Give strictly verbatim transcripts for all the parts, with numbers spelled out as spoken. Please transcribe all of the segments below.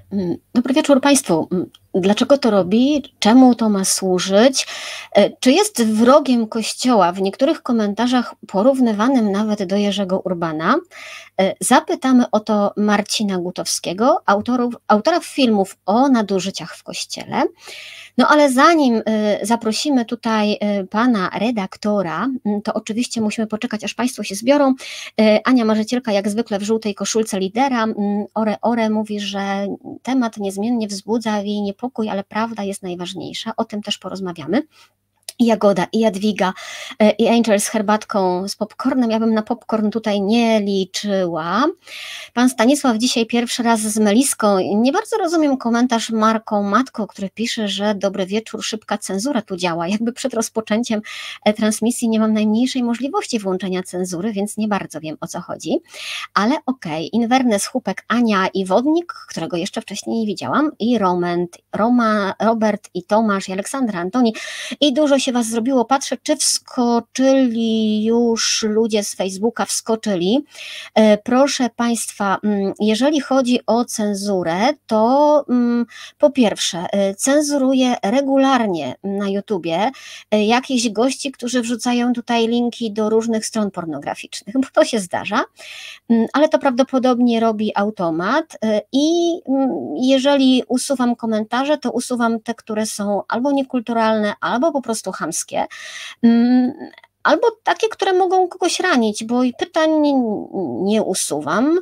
Mm, Dobry wieczór Państwu. Mm, Dlaczego to robi? Czemu to ma służyć? E, Czy jest wrogiem Kościoła, w niektórych komentarzach porównywanym nawet do Jerzego Urbana? E, Zapytamy o to Marcina Gutowskiego, autorów, autora filmów o nadużyciach w Kościele. No ale zanim y, zaprosimy tutaj y, pana redaktora, y, to oczywiście musimy poczekać, aż państwo się zbiorą. Y, Ania Marzycielka jak zwykle w żółtej koszulce lidera. y, Ore Ore mówi, że temat niezmiennie wzbudza w jej niepokój, ale prawda jest najważniejsza. O tym też porozmawiamy. I Jagoda, i Jadwiga, y, i Angel z herbatką, z popcornem. Ja bym na popcorn tutaj nie liczyła. Pan Stanisław dzisiaj pierwszy raz z Meliską. Nie bardzo rozumiem komentarz Marką Matko, który pisze, że dobry wieczór, szybka cenzura tu działa. Jakby przed rozpoczęciem e, transmisji nie mam najmniejszej możliwości włączenia cenzury, więc nie bardzo wiem, o co chodzi. Ale okej, Inverness, Chupek, Ania i Wodnik, którego jeszcze wcześniej nie widziałam, i Roment, Roma, Robert i Tomasz, i Aleksandra, Antoni, i dużo się was zrobiło. Patrzę, czy wskoczyli już ludzie z Facebooka, wskoczyli. E, Proszę Państwa, mm, jeżeli chodzi o cenzurę, to mm, po pierwsze, e, cenzuruję regularnie na YouTubie e, jakichś gości, którzy wrzucają tutaj linki do różnych stron pornograficznych, bo to się zdarza, Mm, ale to prawdopodobnie robi automat e, i mm, jeżeli usuwam komentarze, to usuwam te, które są albo niekulturalne, albo po prostu chamskie. Mm, Albo takie, które mogą kogoś ranić, bo i pytań nie, nie usuwam.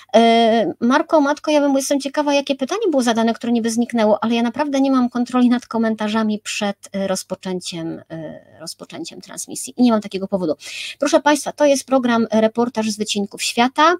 E, Marko, Matko, ja bym jestem ciekawa, jakie pytanie było zadane, które niby zniknęło, ale ja naprawdę nie mam kontroli nad komentarzami przed e, rozpoczęciem, e, rozpoczęciem transmisji i nie mam takiego powodu. Proszę Państwa, to jest program Reportaż z Wycinków Świata.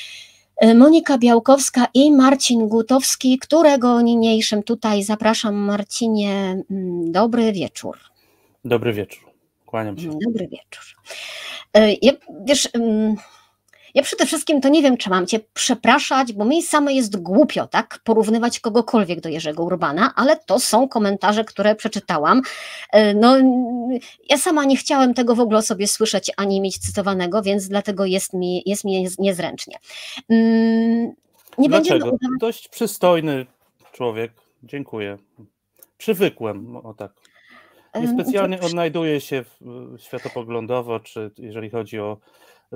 E, Monika Białkowska i Marcin Gutowski, którego niniejszym tutaj zapraszam. Marcinie, mm, dobry wieczór. Dobry wieczór. Kłaniam się. Dobry wieczór. E, Ja, wiesz, ym, ja przede wszystkim to nie wiem, czy mam cię przepraszać, bo mi same jest głupio, tak, porównywać kogokolwiek do Jerzego Urbana, ale to są komentarze, które przeczytałam. E, No, mm, ja sama nie chciałem tego w ogóle o sobie słyszeć, ani mieć cytowanego, więc dlatego jest mi, jest mi niez- niezręcznie. Mm, Nie będziemy Dlaczego? udawać. Dość przystojny człowiek. Dziękuję. Przywykłem, o tak. em, Niespecjalnie to- odnajduję się w- światopoglądowo, czy jeżeli chodzi o y,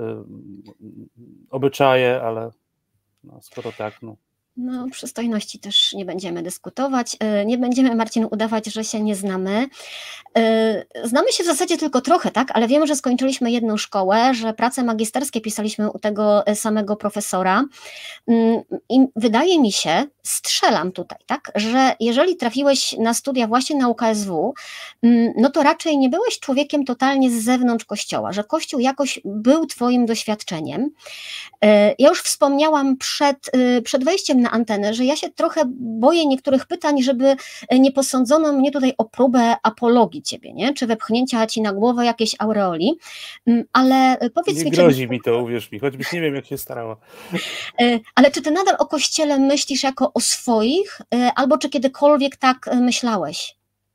obyczaje, ale no, skoro tak, no. No, o przystojności też nie będziemy dyskutować. E, Nie będziemy, Marcin, udawać, że się nie znamy. E, Znamy się w zasadzie tylko trochę, tak? Ale wiemy, że skończyliśmy jedną szkołę, że prace magisterskie pisaliśmy u tego e, samego profesora. Mm, I wydaje mi się, strzelam tutaj, tak, że jeżeli trafiłeś na studia właśnie na U K S W, mm, no to raczej nie byłeś człowiekiem totalnie z zewnątrz Kościoła, że Kościół jakoś był twoim doświadczeniem. E, Ja już wspomniałam przed, y, przed wejściem na antenę, że ja się trochę boję niektórych pytań, żeby nie posądzono mnie tutaj o próbę apologii ciebie, nie? Czy wepchnięcia ci na głowę jakiejś aureoli, Mm, ale powiedz Nie mi, czy, grozi mi to, uwierz mi, choćbyś nie wiem, jak się starała. e, ale czy ty nadal o Kościele myślisz jako o swoich, e, albo czy kiedykolwiek tak e, myślałeś?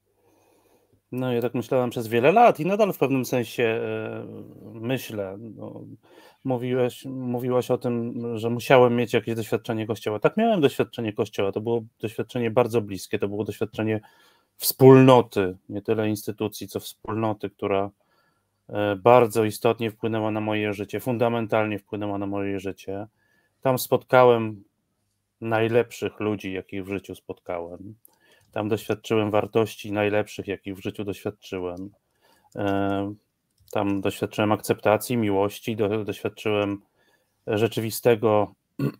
No ja tak myślałem przez wiele lat i nadal w pewnym sensie e, myślę. No, mówiłeś, mówiłaś o tym, że musiałem mieć jakieś doświadczenie Kościoła. Tak, miałem doświadczenie Kościoła. To było doświadczenie bardzo bliskie. To było doświadczenie wspólnoty, nie tyle instytucji, co wspólnoty, która e, bardzo istotnie wpłynęła na moje życie, fundamentalnie wpłynęła na moje życie. Tam spotkałem najlepszych ludzi, jakich w życiu spotkałem. Tam doświadczyłem wartości najlepszych, jakich w życiu doświadczyłem. E, Tam doświadczyłem akceptacji, miłości, do, doświadczyłem rzeczywistego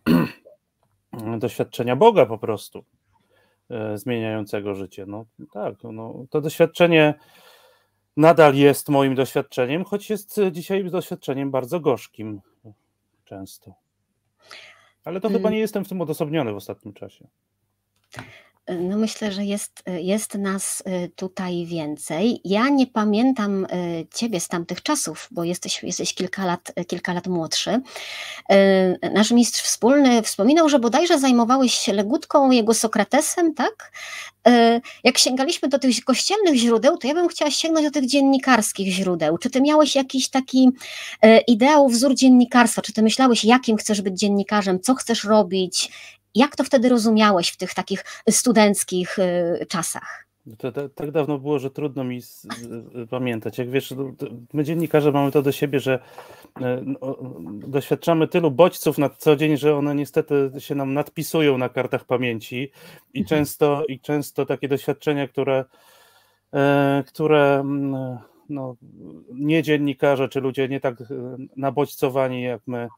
doświadczenia Boga po prostu, e, zmieniającego życie. No tak, no, to doświadczenie nadal jest moim doświadczeniem, choć jest dzisiaj doświadczeniem bardzo gorzkim często. Ale to chyba Mm, nie jestem w tym odosobniony w ostatnim czasie. No myślę, że jest, jest nas y, tutaj więcej. Ja nie pamiętam y, ciebie z tamtych czasów, bo jesteś, jesteś kilka lat, kilka lat młodszy. Y, Nasz mistrz wspólny wspominał, że bodajże zajmowałeś się Legutką, jego Sokratesem, tak? Y, Jak sięgaliśmy do tych kościelnych źródeł, to ja bym chciała sięgnąć do tych dziennikarskich źródeł. Czy ty miałeś jakiś taki y, ideał, wzór dziennikarstwa? Czy ty myślałeś, jakim chcesz być dziennikarzem, co chcesz robić? Jak to wtedy rozumiałeś w tych takich studenckich czasach? To, to, tak dawno było, że trudno mi z, z, pamiętać. Jak wiesz, my dziennikarze mamy to do siebie, że no, doświadczamy tylu bodźców na co dzień, że one niestety się nam nadpisują na kartach pamięci i mhm. często, i często takie doświadczenia, które, e, które no, nie dziennikarze czy ludzie nie tak nabodźcowani jak my e,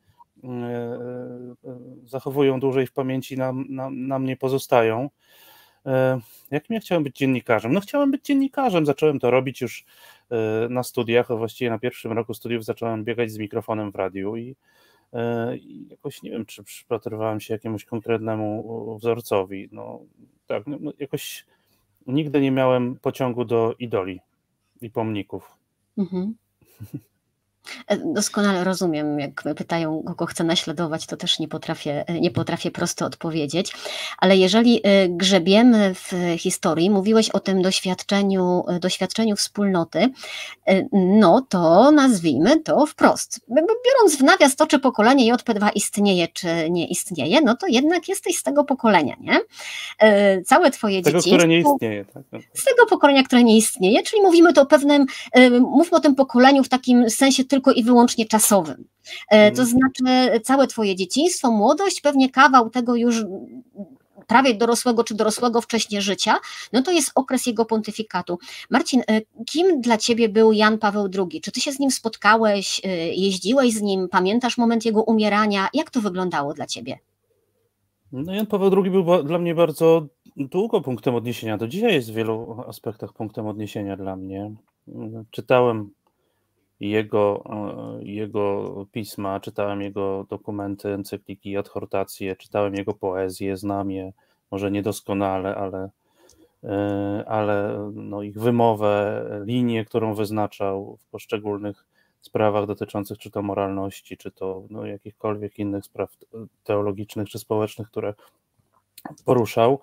zachowują dłużej w pamięci, nam, nam, nam nie pozostają. Jakim ja chciałem być dziennikarzem? No chciałem być dziennikarzem, zacząłem to robić już na studiach, a właściwie na pierwszym roku studiów zacząłem biegać z mikrofonem w radiu i, i jakoś nie wiem, czy przypatrywałem się jakiemuś konkretnemu wzorcowi. No tak, no, jakoś nigdy nie miałem pociągu do idoli i pomników. Mhm. Doskonale rozumiem, jak pytają, kogo chcę naśladować, to też nie potrafię, nie potrafię prosto odpowiedzieć, ale jeżeli grzebiemy w historii, mówiłeś o tym doświadczeniu, doświadczeniu wspólnoty, no to nazwijmy to wprost. Biorąc w nawias to, czy pokolenie J P dwa istnieje, czy nie istnieje, no to jednak jesteś z tego pokolenia, nie? Całe twoje dzieciństwo. Z tego, które nie istnieje. Tak? Z tego pokolenia, które nie istnieje, czyli mówimy to o pewnym, mówmy o tym pokoleniu w takim sensie tylko i wyłącznie czasowym. Hmm. To znaczy całe twoje dzieciństwo, młodość, pewnie kawał tego już prawie dorosłego czy dorosłego wcześnie życia, no to jest okres jego pontyfikatu. Marcin, kim dla ciebie był Jan Paweł drugi? Czy ty się z nim spotkałeś, jeździłeś z nim, pamiętasz moment jego umierania? Jak to wyglądało dla ciebie? No Jan Paweł drugi był dla mnie bardzo długo punktem odniesienia. Do dzisiaj jest w wielu aspektach punktem odniesienia dla mnie. Czytałem jego, jego pisma, czytałem jego dokumenty, encykliki, adhortacje, czytałem jego poezję, znam je, może niedoskonale, ale, ale no ich wymowę, linię, którą wyznaczał w poszczególnych sprawach dotyczących czy to moralności, czy to no, jakichkolwiek innych spraw teologicznych czy społecznych, które poruszał.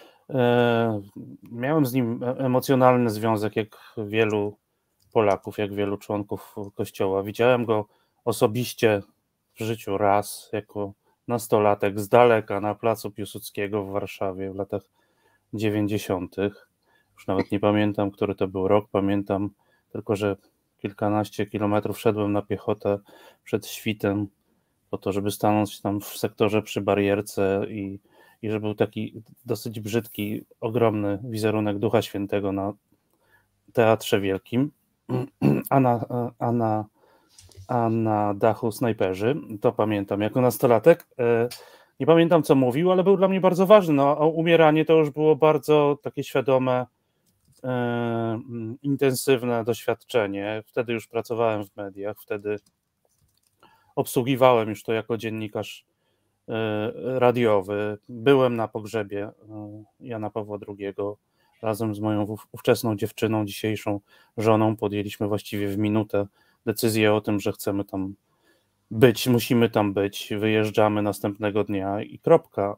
Miałem z nim emocjonalny związek, jak wielu Polaków, jak wielu członków Kościoła. Widziałem go osobiście w życiu raz, jako nastolatek z daleka na placu Piłsudskiego w Warszawie w latach dziewięćdziesiątych. Już nawet nie pamiętam, który to był rok, pamiętam tylko, że kilkanaście kilometrów szedłem na piechotę przed świtem po to, żeby stanąć tam w sektorze przy barierce i, i że był taki dosyć brzydki, ogromny wizerunek Ducha Świętego na Teatrze Wielkim, a na, a na, a na dachu snajperzy. To pamiętam jako nastolatek. Nie pamiętam, co mówił, ale był dla mnie bardzo ważny. No, a umieranie to już było bardzo takie świadome, e, intensywne doświadczenie. Wtedy już pracowałem w mediach, wtedy obsługiwałem już to jako dziennikarz e, radiowy. Byłem na pogrzebie e, Jana Pawła drugiego. Razem z moją ówczesną dziewczyną, dzisiejszą żoną, podjęliśmy właściwie w minutę decyzję o tym, że chcemy tam być, musimy tam być, wyjeżdżamy następnego dnia i kropka.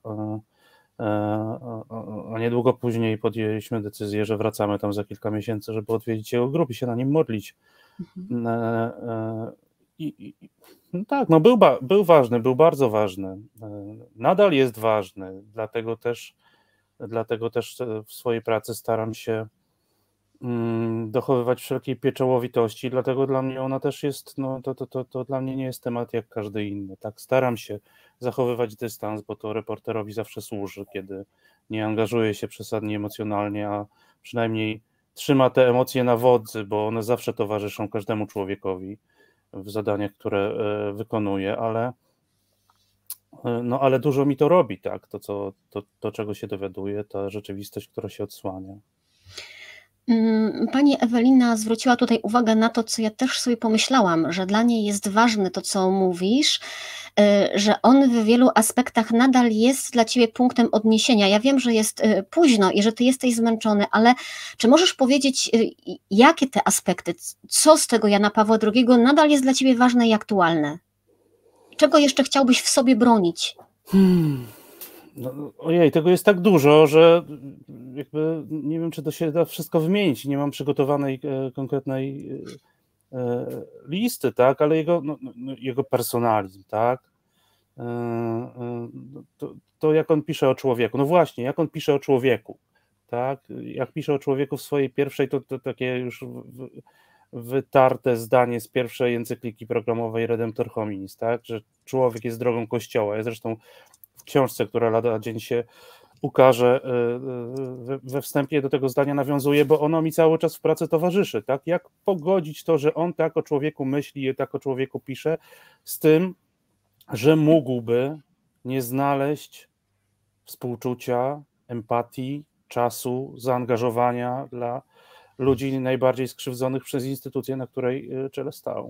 A niedługo później podjęliśmy decyzję, że wracamy tam za kilka miesięcy, żeby odwiedzić jego grób i się na nim modlić. Mhm. I, i, no tak, no był, był ważny, był bardzo ważny. Nadal jest ważny, dlatego też Dlatego też w swojej pracy staram się dochowywać wszelkiej pieczołowitości, dlatego dla mnie ona też jest, no to, to, to, to dla mnie nie jest temat jak każdy inny. Tak, staram się zachowywać dystans, bo to reporterowi zawsze służy, kiedy nie angażuje się przesadnie emocjonalnie, a przynajmniej trzyma te emocje na wodzy, bo one zawsze towarzyszą każdemu człowiekowi w zadaniach, które wykonuje, ale No ale dużo mi to robi, tak, to, co, to, to czego się dowiaduję, ta rzeczywistość, która się odsłania. Pani Ewelina zwróciła tutaj uwagę na to, co ja też sobie pomyślałam, że dla niej jest ważne to, co mówisz, że on w wielu aspektach nadal jest dla ciebie punktem odniesienia. Ja wiem, że jest późno i że ty jesteś zmęczony, ale czy możesz powiedzieć, jakie te aspekty, co z tego Jana Pawła drugiego nadal jest dla ciebie ważne i aktualne? Czego jeszcze chciałbyś w sobie bronić? Hmm. No, ojej, tego jest tak dużo, że jakby nie wiem, czy to się da wszystko wymienić. Nie mam przygotowanej e, konkretnej e, listy, tak, ale jego, no, no, jego personalizm, tak. E, e, to, to jak on pisze o człowieku. No właśnie, jak on pisze o człowieku, tak? Jak pisze o człowieku w swojej pierwszej, to, to takie już w, wytarte zdanie z pierwszej encykliki programowej Redemptor Hominis, tak? Że człowiek jest drogą Kościoła. Ja zresztą w książce, która lada dzień się ukaże, we wstępie do tego zdania nawiązuje, bo ono mi cały czas w pracy towarzyszy, tak? Jak pogodzić to, że on tak o człowieku myśli i tak o człowieku pisze, z tym, że mógłby nie znaleźć współczucia, empatii, czasu, zaangażowania dla ludzi najbardziej skrzywdzonych przez instytucję, na której czele stał.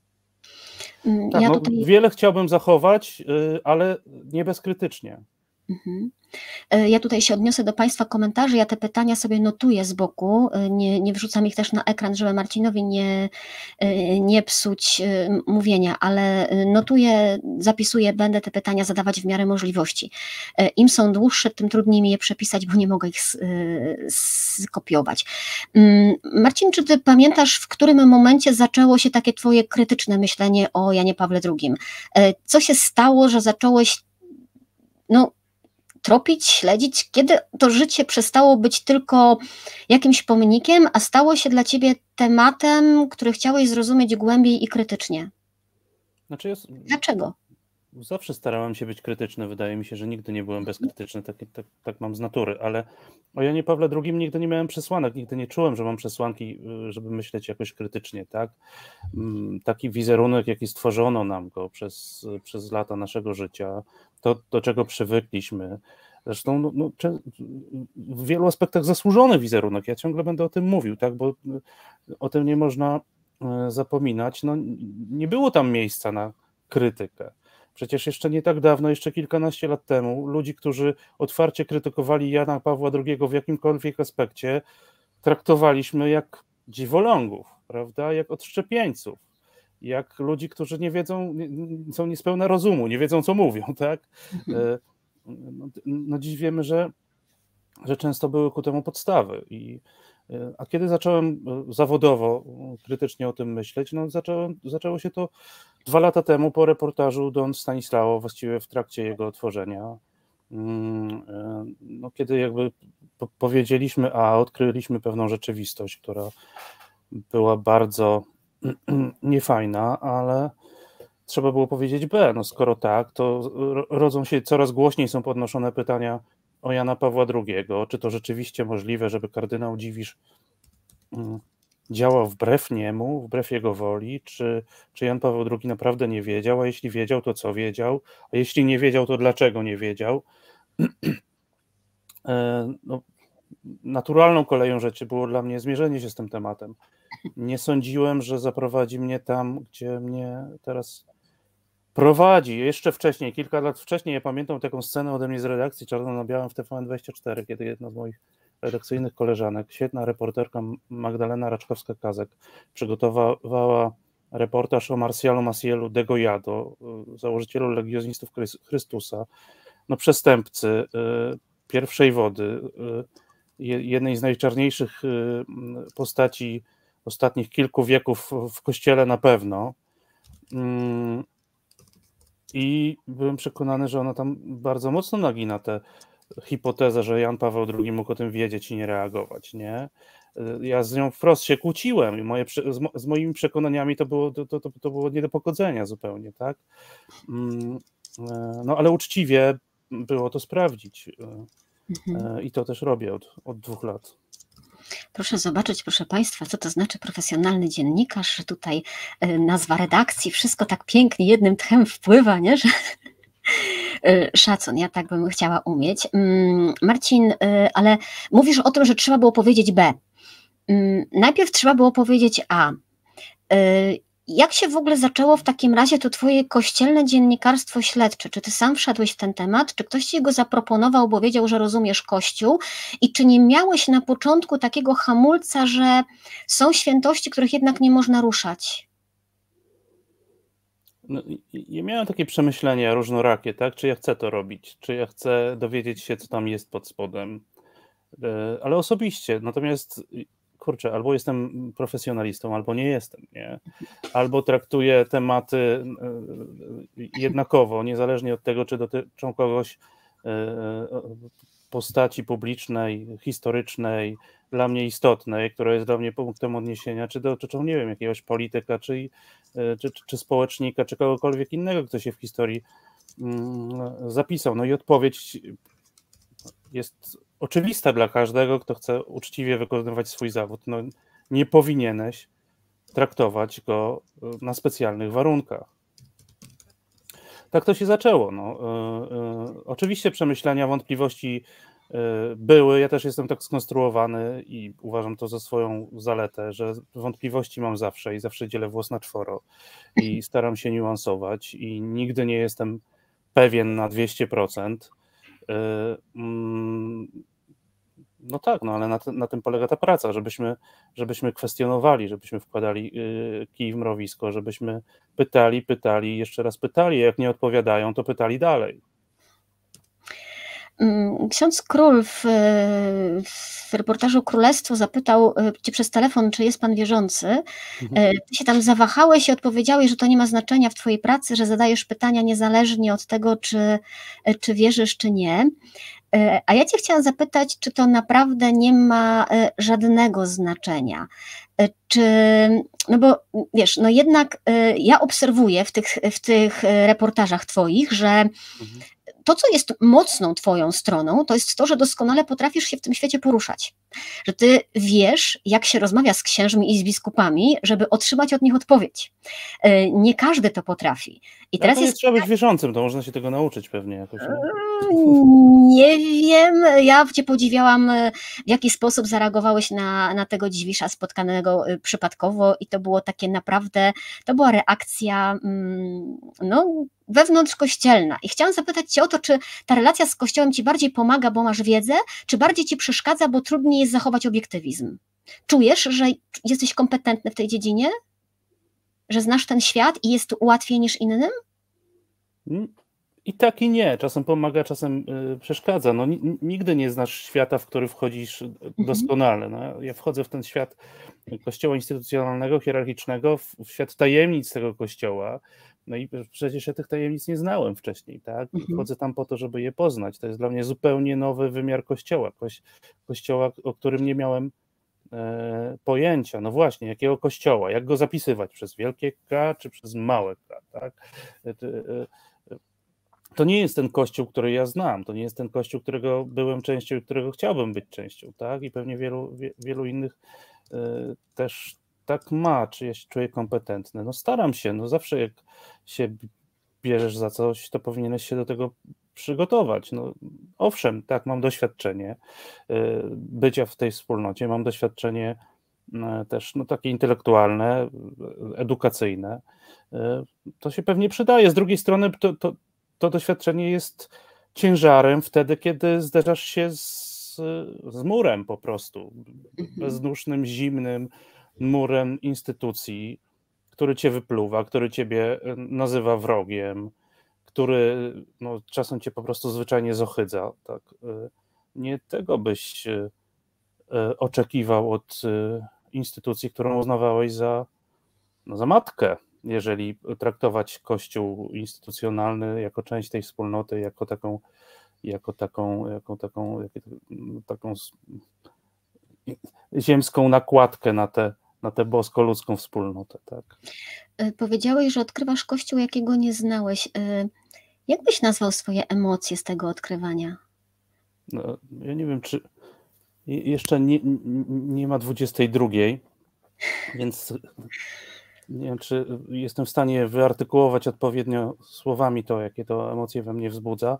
Tak, ja no, tutaj... wiele chciałbym zachować, ale nie bezkrytycznie. Mhm. Ja tutaj się odniosę do Państwa komentarzy, ja te pytania sobie notuję z boku, nie, nie wrzucam ich też na ekran, żeby Marcinowi nie, nie psuć mówienia, ale notuję, zapisuję, będę te pytania zadawać w miarę możliwości. Im są dłuższe, tym trudniej mi je przepisać, bo nie mogę ich skopiować. Marcin, czy Ty pamiętasz, w którym momencie zaczęło się takie Twoje krytyczne myślenie o Janie Pawle drugim? Co się stało, że zacząłeś no, tropić, śledzić, kiedy to życie przestało być tylko jakimś pomnikiem, a stało się dla Ciebie tematem, który chciałeś zrozumieć głębiej i krytycznie? Znaczy jest... Dlaczego? Zawsze starałem się być krytyczny, wydaje mi się, że nigdy nie byłem bezkrytyczny, tak, tak, tak mam z natury, ale o Janie Pawle drugim nigdy nie miałem przesłanek, nigdy nie czułem, że mam przesłanki, żeby myśleć jakoś krytycznie, tak? Taki wizerunek, jaki stworzono nam go przez, przez lata naszego życia, to do czego przywykliśmy, zresztą no, no, w wielu aspektach zasłużony wizerunek, ja ciągle będę o tym mówił, tak? Bo o tym nie można zapominać, no, nie było tam miejsca na krytykę. Przecież jeszcze nie tak dawno, jeszcze kilkanaście lat temu, ludzi, którzy otwarcie krytykowali Jana Pawła drugiego w jakimkolwiek aspekcie, traktowaliśmy jak dziwolągów, prawda? Jak odszczepieńców, jak ludzi, którzy nie wiedzą, są niespełna rozumu, nie wiedzą, co mówią, tak? No, no dziś wiemy, że, że często były ku temu podstawy. I, a kiedy zacząłem zawodowo krytycznie o tym myśleć, no zacząłem, zaczęło się to dwa lata temu po reportażu Don Stanislawo, właściwie w trakcie jego tworzenia, no, kiedy jakby powiedzieliśmy A, odkryliśmy pewną rzeczywistość, która była bardzo niefajna, ale trzeba było powiedzieć B. No skoro tak, to rodzą się, coraz głośniej są podnoszone pytania o Jana Pawła drugiego. Czy to rzeczywiście możliwe, żeby kardynał Dziwisz działał wbrew niemu, wbrew jego woli, czy, czy Jan Paweł drugi naprawdę nie wiedział, a jeśli wiedział, to co wiedział, a jeśli nie wiedział, to dlaczego nie wiedział. No, naturalną koleją rzeczy było dla mnie zmierzenie się z tym tematem. Nie sądziłem, że zaprowadzi mnie tam, gdzie mnie teraz prowadzi. Jeszcze wcześniej, kilka lat wcześniej, ja pamiętam taką scenę ode mnie z redakcji Czarno na Białym w T V N dwadzieścia cztery, kiedy jedna z moich redakcyjnych koleżanek, świetna reporterka Magdalena Raczkowska-Kazek, przygotowała reportaż o Marsjalu Macielu de Gollado, założycielu Legionistów Chrystusa, no przestępcy pierwszej wody, jednej z najczarniejszych postaci ostatnich kilku wieków w Kościele na pewno. I byłem przekonany, że ona tam bardzo mocno nagina tę hipotezę, że Jan Paweł drugi mógł o tym wiedzieć i nie reagować, nie? Ja z nią wprost się kłóciłem i moje, z, mo, z moimi przekonaniami to było, to, to, to było nie do pogodzenia zupełnie, tak? No ale uczciwie było to sprawdzić mhm. i to też robię od, od dwóch lat. Proszę zobaczyć, proszę Państwa, co to znaczy profesjonalny dziennikarz, że tutaj nazwa redakcji, wszystko tak pięknie jednym tchem wpływa, nie? Że... Szacun, ja tak bym chciała umieć. Marcin, ale mówisz o tym, że trzeba było powiedzieć B. Najpierw trzeba było powiedzieć A. Jak się w ogóle zaczęło w takim razie to Twoje kościelne dziennikarstwo śledcze? Czy Ty sam wszedłeś w ten temat? Czy ktoś Ci go zaproponował, bo wiedział, że rozumiesz Kościół? I czy nie miałeś na początku takiego hamulca, że są świętości, których jednak nie można ruszać? No, ja miałem takie przemyślenia różnorakie, tak? Czy ja chcę to robić? Czy ja chcę dowiedzieć się, co tam jest pod spodem? Ale osobiście, natomiast kurczę, albo jestem profesjonalistą, albo nie jestem, nie? Albo traktuję tematy jednakowo, niezależnie od tego, czy dotyczą kogoś postaci publicznej, historycznej, dla mnie istotnej, która jest dla mnie punktem odniesienia, czy dotyczą, nie wiem, jakiegoś polityka, czy, czy, czy społecznika, czy kogokolwiek innego, kto się w historii zapisał. No i odpowiedź jest oczywista dla każdego, kto chce uczciwie wykonywać swój zawód. No, nie powinieneś traktować go na specjalnych warunkach. Tak to się zaczęło. No. Yy, yy, oczywiście przemyślenia, wątpliwości yy, były. Ja też jestem tak skonstruowany i uważam to za swoją zaletę, że wątpliwości mam zawsze i zawsze dzielę włos na czworo i staram się niuansować i nigdy nie jestem pewien na dwieście procent. Yy, yy, No tak, no ale na, na tym polega ta praca, żebyśmy, żebyśmy kwestionowali, żebyśmy wkładali yy, kij w mrowisko, żebyśmy pytali, pytali, jeszcze raz pytali, a jak nie odpowiadają, to pytali dalej. Ksiądz Król w, w reportażu Królestwo zapytał cię przez telefon, czy jest pan wierzący. Mhm. Ty się tam zawahałeś i odpowiedziałeś, że to nie ma znaczenia w twojej pracy, że zadajesz pytania niezależnie od tego, czy, czy wierzysz, czy nie. A ja cię chciałam zapytać, czy to naprawdę nie ma żadnego znaczenia. Czy, no bo wiesz, no jednak ja obserwuję w tych, w tych reportażach twoich, że mhm. to, co jest mocną twoją stroną, to jest to, że doskonale potrafisz się w tym świecie poruszać. Że ty wiesz, jak się rozmawia z księżmi i z biskupami, żeby otrzymać od nich odpowiedź. Nie każdy to potrafi. I teraz jest... jest... trzeba być wierzącym, to można się tego nauczyć pewnie jakoś. Nie, nie wiem, ja cię podziwiałam, w jaki sposób zareagowałeś na, na tego Dziwisza spotkanego przypadkowo i to było takie naprawdę, to była reakcja no, wewnątrzkościelna. I chciałam zapytać cię o to, czy ta relacja z Kościołem ci bardziej pomaga, bo masz wiedzę, czy bardziej ci przeszkadza, bo trudniej jest zachować obiektywizm? Czujesz, że jesteś kompetentny w tej dziedzinie? Że znasz ten świat i jest łatwiej niż innym? I tak i nie. Czasem pomaga, czasem y, przeszkadza. No, n- nigdy nie znasz świata, w który wchodzisz doskonale. No, ja wchodzę w ten świat kościoła instytucjonalnego, hierarchicznego, w, w świat tajemnic tego kościoła. No i przecież ja tych tajemnic nie znałem wcześniej, tak? Wchodzę tam po to, żeby je poznać. To jest dla mnie zupełnie nowy wymiar kościoła. Koś, kościoła, o którym nie miałem e, pojęcia. No właśnie, jakiego kościoła? Jak go zapisywać? Przez wielkie K czy przez małe K, tak? E, e, To nie jest ten kościół, który ja znam, to nie jest ten kościół, którego byłem częścią i którego chciałbym być częścią, tak? I pewnie wielu, wie, wielu innych y, też tak ma, czy ja się czuję kompetentny. No staram się, no zawsze jak się bierzesz za coś, to powinieneś się do tego przygotować. No owszem, tak, mam doświadczenie y, bycia w tej wspólnocie, mam doświadczenie y, też no, takie intelektualne, edukacyjne. Y, to się pewnie przydaje. Z drugiej strony to, to to doświadczenie jest ciężarem wtedy, kiedy zderzasz się z, z murem po prostu, bezdusznym, zimnym murem instytucji, który cię wypluwa, który ciebie nazywa wrogiem, który no, czasem cię po prostu zwyczajnie zohydza. Tak. Nie tego byś oczekiwał od instytucji, którą uznawałeś za, no, za matkę, jeżeli traktować Kościół instytucjonalny jako część tej wspólnoty, jako taką, jako taką, jako taką, jako taką ziemską nakładkę na tę na tę bosko-ludzką wspólnotę. Tak. Powiedziałeś, że odkrywasz Kościół, jakiego nie znałeś. Jak byś nazwał swoje emocje z tego odkrywania? No, ja nie wiem, czy jeszcze nie, nie ma dwudziestej drugiej, więc nie wiem, czy jestem w stanie wyartykułować odpowiednio słowami to, jakie to emocje we mnie wzbudza.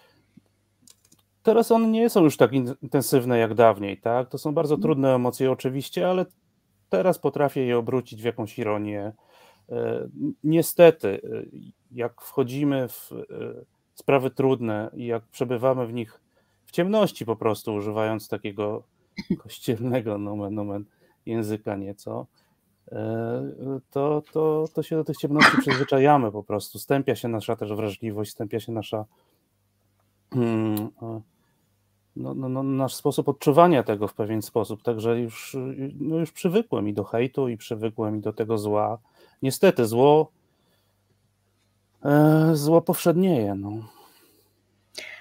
Teraz one nie są już tak intensywne jak dawniej, tak? To są bardzo trudne emocje oczywiście, ale teraz potrafię je obrócić w jakąś ironię. Niestety, jak wchodzimy w sprawy trudne i jak przebywamy w nich w ciemności po prostu, używając takiego kościelnego nomen omen języka nieco, to, to, to się do tych ciemności przyzwyczajamy po prostu. Stępia się nasza też wrażliwość, stępia się nasza no, no, no, nasz sposób odczuwania tego w pewien sposób. Także już, no już przywykłem i do hejtu, i przywykłem i do tego zła. Niestety zło zło powszednieje. No.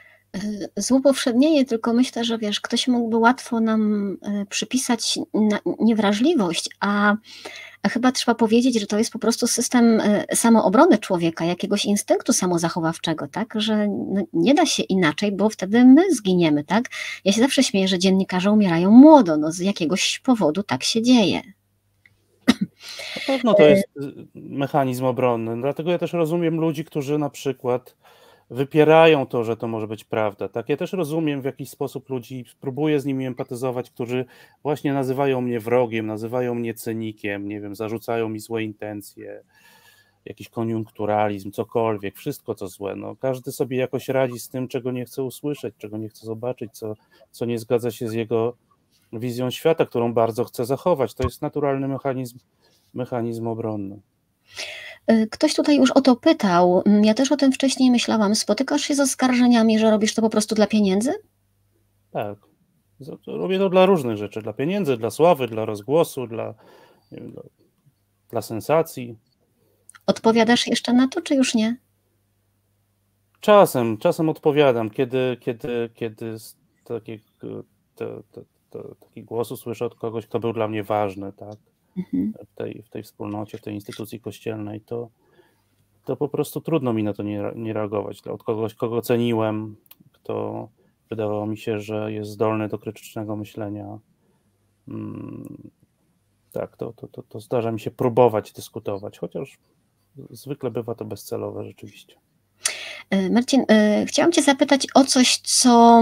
Złopowszednienie, tylko myślę, że wiesz, ktoś mógłby łatwo nam przypisać na niewrażliwość, a, a chyba trzeba powiedzieć, że to jest po prostu system samoobrony człowieka, jakiegoś instynktu samozachowawczego, tak, że no nie da się inaczej, bo wtedy my zginiemy, tak. Ja się zawsze śmieję, że dziennikarze umierają młodo, no z jakiegoś powodu tak się dzieje. Na pewno to jest mechanizm obronny, dlatego ja też rozumiem ludzi, którzy na przykład wypierają to, że to może być prawda, tak. Ja też rozumiem, w jaki sposób ludzi, próbuję z nimi empatyzować, którzy właśnie nazywają mnie wrogiem, nazywają mnie cynikiem, nie wiem, zarzucają mi złe intencje, jakiś koniunkturalizm, cokolwiek, wszystko co złe. No, każdy sobie jakoś radzi z tym, czego nie chce usłyszeć, czego nie chce zobaczyć, co, co nie zgadza się z jego wizją świata, którą bardzo chce zachować. To jest naturalny mechanizm, mechanizm obronny. Ktoś tutaj już o to pytał. Ja też o tym wcześniej myślałam. Spotykasz się z oskarżeniami, że robisz to po prostu dla pieniędzy? Tak. Robię to dla różnych rzeczy. Dla pieniędzy, dla sławy, dla rozgłosu, dla, nie wiem, dla, dla sensacji. Odpowiadasz jeszcze na to, czy już nie? Czasem, czasem odpowiadam, kiedy, kiedy, kiedy z takiego, to, to, to, taki głos usłyszę od kogoś, kto był dla mnie ważny, tak? Mhm. W tej, w tej wspólnocie, w tej instytucji kościelnej, to, to po prostu trudno mi na to nie, nie reagować. Od kogoś, kogo ceniłem, kto wydawało mi się, że jest zdolny do krytycznego myślenia. Hmm, tak, to, to, to, to zdarza mi się próbować dyskutować, chociaż zwykle bywa to bezcelowe rzeczywiście. Marcin, chciałam cię zapytać o coś, co...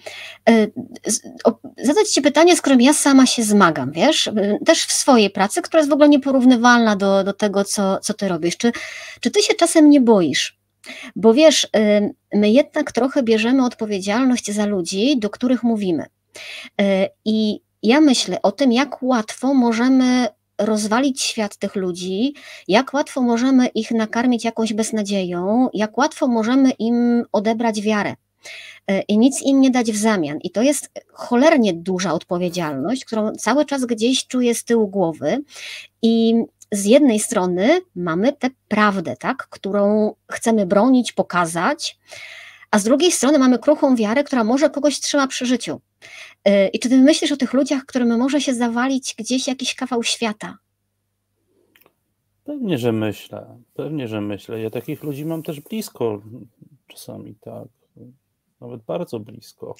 zadać ci pytanie, z którym ja sama się zmagam, wiesz, też w swojej pracy, która jest w ogóle nieporównywalna do, do tego, co, co ty robisz. Czy, czy ty się czasem nie boisz? Bo wiesz, my jednak trochę bierzemy odpowiedzialność za ludzi, do których mówimy. I ja myślę o tym, jak łatwo możemy rozwalić świat tych ludzi, jak łatwo możemy ich nakarmić jakąś beznadzieją, jak łatwo możemy im odebrać wiarę i nic im nie dać w zamian. I to jest cholernie duża odpowiedzialność, którą cały czas gdzieś czuję z tyłu głowy. I z jednej strony mamy tę prawdę, tak, którą chcemy bronić, pokazać, a z drugiej strony mamy kruchą wiarę, która może kogoś trzyma przy życiu. I czy ty myślisz o tych ludziach, którym może się zawalić gdzieś jakiś kawał świata? Pewnie, że myślę. Pewnie, że myślę. Ja takich ludzi mam też blisko czasami, tak. Nawet bardzo blisko.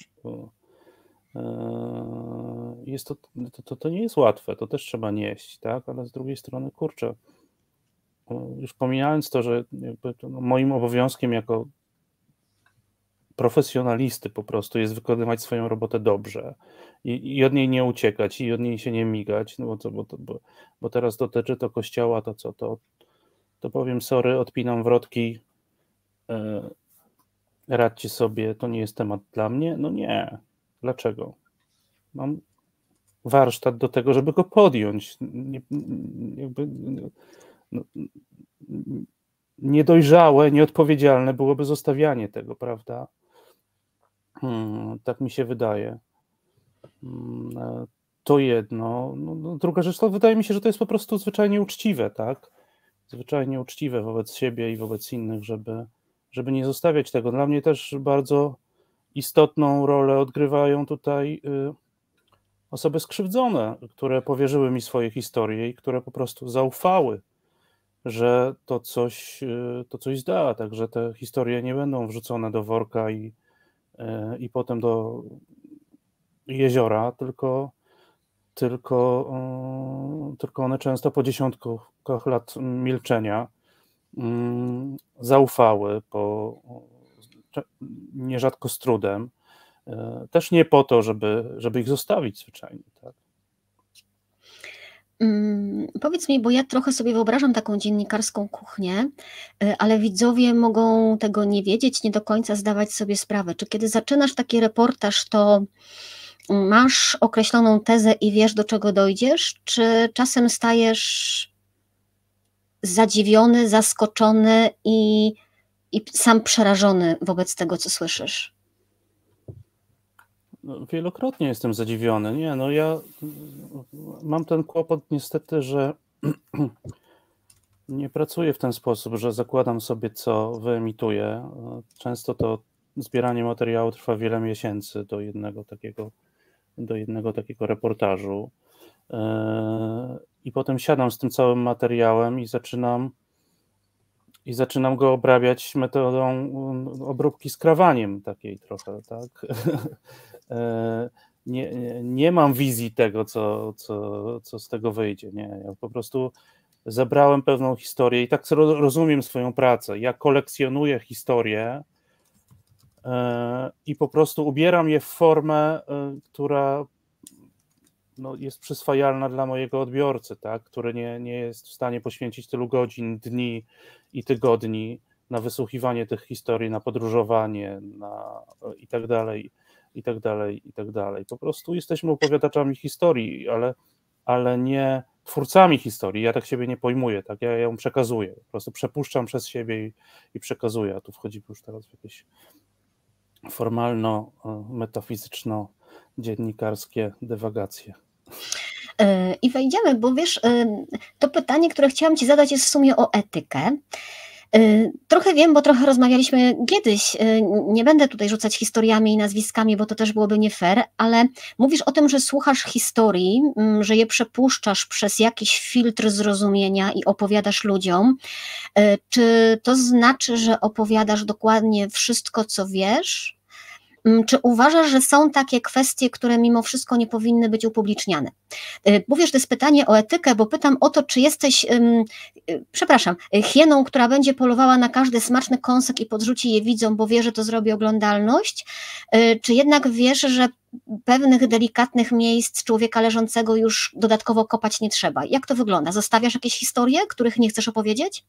Jest to, to, to nie jest łatwe, to też trzeba nieść, tak, ale z drugiej strony, kurczę, już pomijając to, że jakby to, no, moim obowiązkiem jako profesjonalisty po prostu jest wykonywać swoją robotę dobrze i, i od niej nie uciekać i od niej się nie migać, no bo, to, bo, to, bo, bo teraz dotyczy to kościoła, to co, to, to powiem sorry, odpinam wrotki, e, radźcie sobie, to nie jest temat dla mnie, no nie, dlaczego? Mam warsztat do tego, żeby go podjąć, nie, jakby, no, niedojrzałe, nieodpowiedzialne byłoby zostawianie tego, prawda? Hmm, tak mi się wydaje. Hmm, to jedno. No, no, druga rzecz, to wydaje mi się, że to jest po prostu zwyczajnie uczciwe, tak? Zwyczajnie uczciwe wobec siebie i wobec innych, żeby, żeby nie zostawiać tego. Dla mnie też bardzo istotną rolę odgrywają tutaj y, osoby skrzywdzone, które powierzyły mi swoje historie i które po prostu zaufały, że to coś, to coś da, także te historie nie będą wrzucone do worka i, i potem do jeziora, tylko, tylko, tylko one często po dziesiątkach lat milczenia zaufały, po, nierzadko z trudem, też nie po to, żeby, żeby ich zostawić zwyczajnie, tak? Hmm, powiedz mi, bo ja trochę sobie wyobrażam taką dziennikarską kuchnię, ale widzowie mogą tego nie wiedzieć, nie do końca zdawać sobie sprawę. Czy kiedy zaczynasz taki reportaż, to masz określoną tezę i wiesz, do czego dojdziesz, czy czasem stajesz zadziwiony, zaskoczony i, i sam przerażony wobec tego, co słyszysz? No, wielokrotnie jestem zadziwiony. Nie, no ja mam ten kłopot niestety, że nie pracuję w ten sposób, że zakładam sobie, co wyemituję. Często to zbieranie materiału trwa wiele miesięcy do jednego takiego, do jednego takiego reportażu. I potem siadam z tym całym materiałem i zaczynam i zaczynam go obrabiać metodą obróbki skrawaniem takiej trochę, tak? Nie, nie mam wizji tego, co, co, co z tego wyjdzie, nie. Ja po prostu zebrałem pewną historię i tak rozumiem swoją pracę. Ja kolekcjonuję historię i po prostu ubieram je w formę, która no, jest przyswajalna dla mojego odbiorcy, tak? Który nie, nie jest w stanie poświęcić tylu godzin, dni i tygodni na wysłuchiwanie tych historii, na podróżowanie, na i tak dalej, i tak dalej, i tak dalej. Po prostu jesteśmy opowiadaczami historii, ale, ale nie twórcami historii. Ja tak siebie nie pojmuję, tak? Ja ją przekazuję. Po prostu przepuszczam przez siebie i, i przekazuję. A tu wchodzi już teraz w jakieś formalno-metafizyczno-dziennikarskie dywagacje. I wejdziemy, bo wiesz, to pytanie, które chciałam ci zadać, jest w sumie o etykę. Trochę wiem, bo trochę rozmawialiśmy kiedyś, nie będę tutaj rzucać historiami i nazwiskami, bo to też byłoby nie fair, ale mówisz o tym, że słuchasz historii, że je przepuszczasz przez jakiś filtr zrozumienia i opowiadasz ludziom. Czy to znaczy, że opowiadasz dokładnie wszystko, co wiesz? Czy uważasz, że są takie kwestie, które mimo wszystko nie powinny być upubliczniane? Mówię, że to jest pytanie o etykę, bo pytam o to, czy jesteś, um, przepraszam, hieną, która będzie polowała na każdy smaczny kąsek i podrzuci je widzom, bo wie, że to zrobi oglądalność, czy jednak wiesz, że pewnych delikatnych miejsc człowieka leżącego już dodatkowo kopać nie trzeba? Jak to wygląda? Zostawiasz jakieś historie, których nie chcesz opowiedzieć?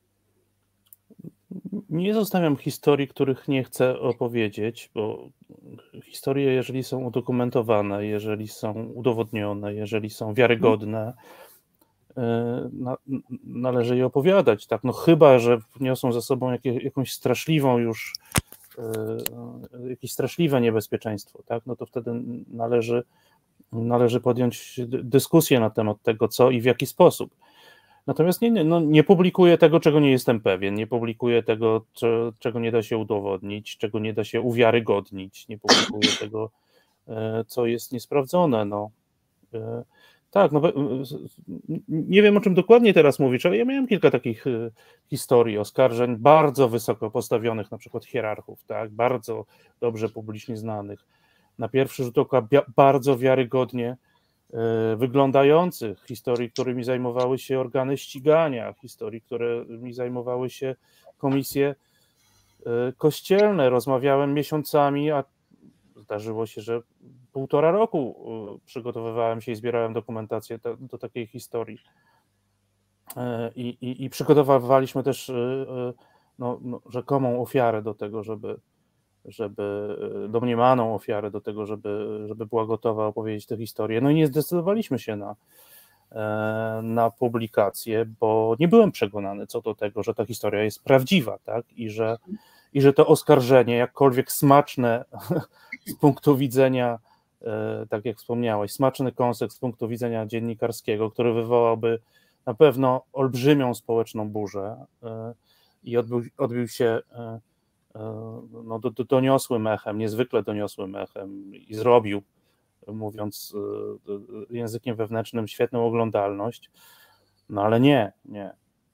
Nie zostawiam historii, których nie chcę opowiedzieć, bo historie, jeżeli są udokumentowane, jeżeli są udowodnione, jeżeli są wiarygodne, na, należy je opowiadać, tak? No chyba że niosą ze sobą jakie, jakąś straszliwą już, jakieś straszliwe niebezpieczeństwo, tak? No to wtedy należy, należy podjąć dyskusję na temat tego, co i w jaki sposób. Natomiast nie, nie, no nie publikuję tego, czego nie jestem pewien, nie publikuję tego, co, czego nie da się udowodnić, czego nie da się uwiarygodnić, nie publikuję tego, co jest niesprawdzone. No. Tak, no, nie wiem, o czym dokładnie teraz mówisz, ale ja miałem kilka takich historii, oskarżeń bardzo wysoko postawionych, na przykład hierarchów, tak, bardzo dobrze publicznie znanych, na pierwszy rzut oka bardzo wiarygodnie wyglądających, historii, którymi zajmowały się organy ścigania, historii, którymi zajmowały się komisje kościelne. Rozmawiałem miesiącami, a zdarzyło się, że półtora roku przygotowywałem się i zbierałem dokumentację do, do takiej historii. I, i, i przygotowywaliśmy też no, no, rzekomą ofiarę do tego, żeby żeby domniemaną ofiarę do tego, żeby, żeby była gotowa opowiedzieć tę historię. No i nie zdecydowaliśmy się na, na publikację, bo nie byłem przekonany co do tego, że ta historia jest prawdziwa, tak? I że, i że to oskarżenie, jakkolwiek smaczne z punktu widzenia, tak jak wspomniałeś, smaczny kąsek z punktu widzenia dziennikarskiego, który wywołałby na pewno olbrzymią społeczną burzę i odbił, odbił się no, do, do, doniosłym echem, niezwykle doniosłym echem i zrobił, mówiąc językiem wewnętrznym, świetną oglądalność, no ale nie, nie.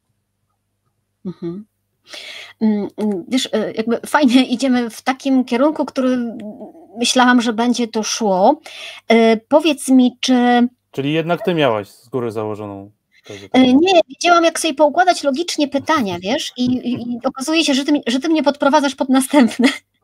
Mhm. Wiesz, jakby fajnie idziemy w takim kierunku, który myślałam, że będzie to szło. Powiedz mi, czy... Czyli jednak ty miałaś z góry założoną... Nie, wiedziałam, jak sobie poukładać logicznie pytania, wiesz, i, i, i okazuje się, że ty, że ty mnie podprowadzasz pod następne.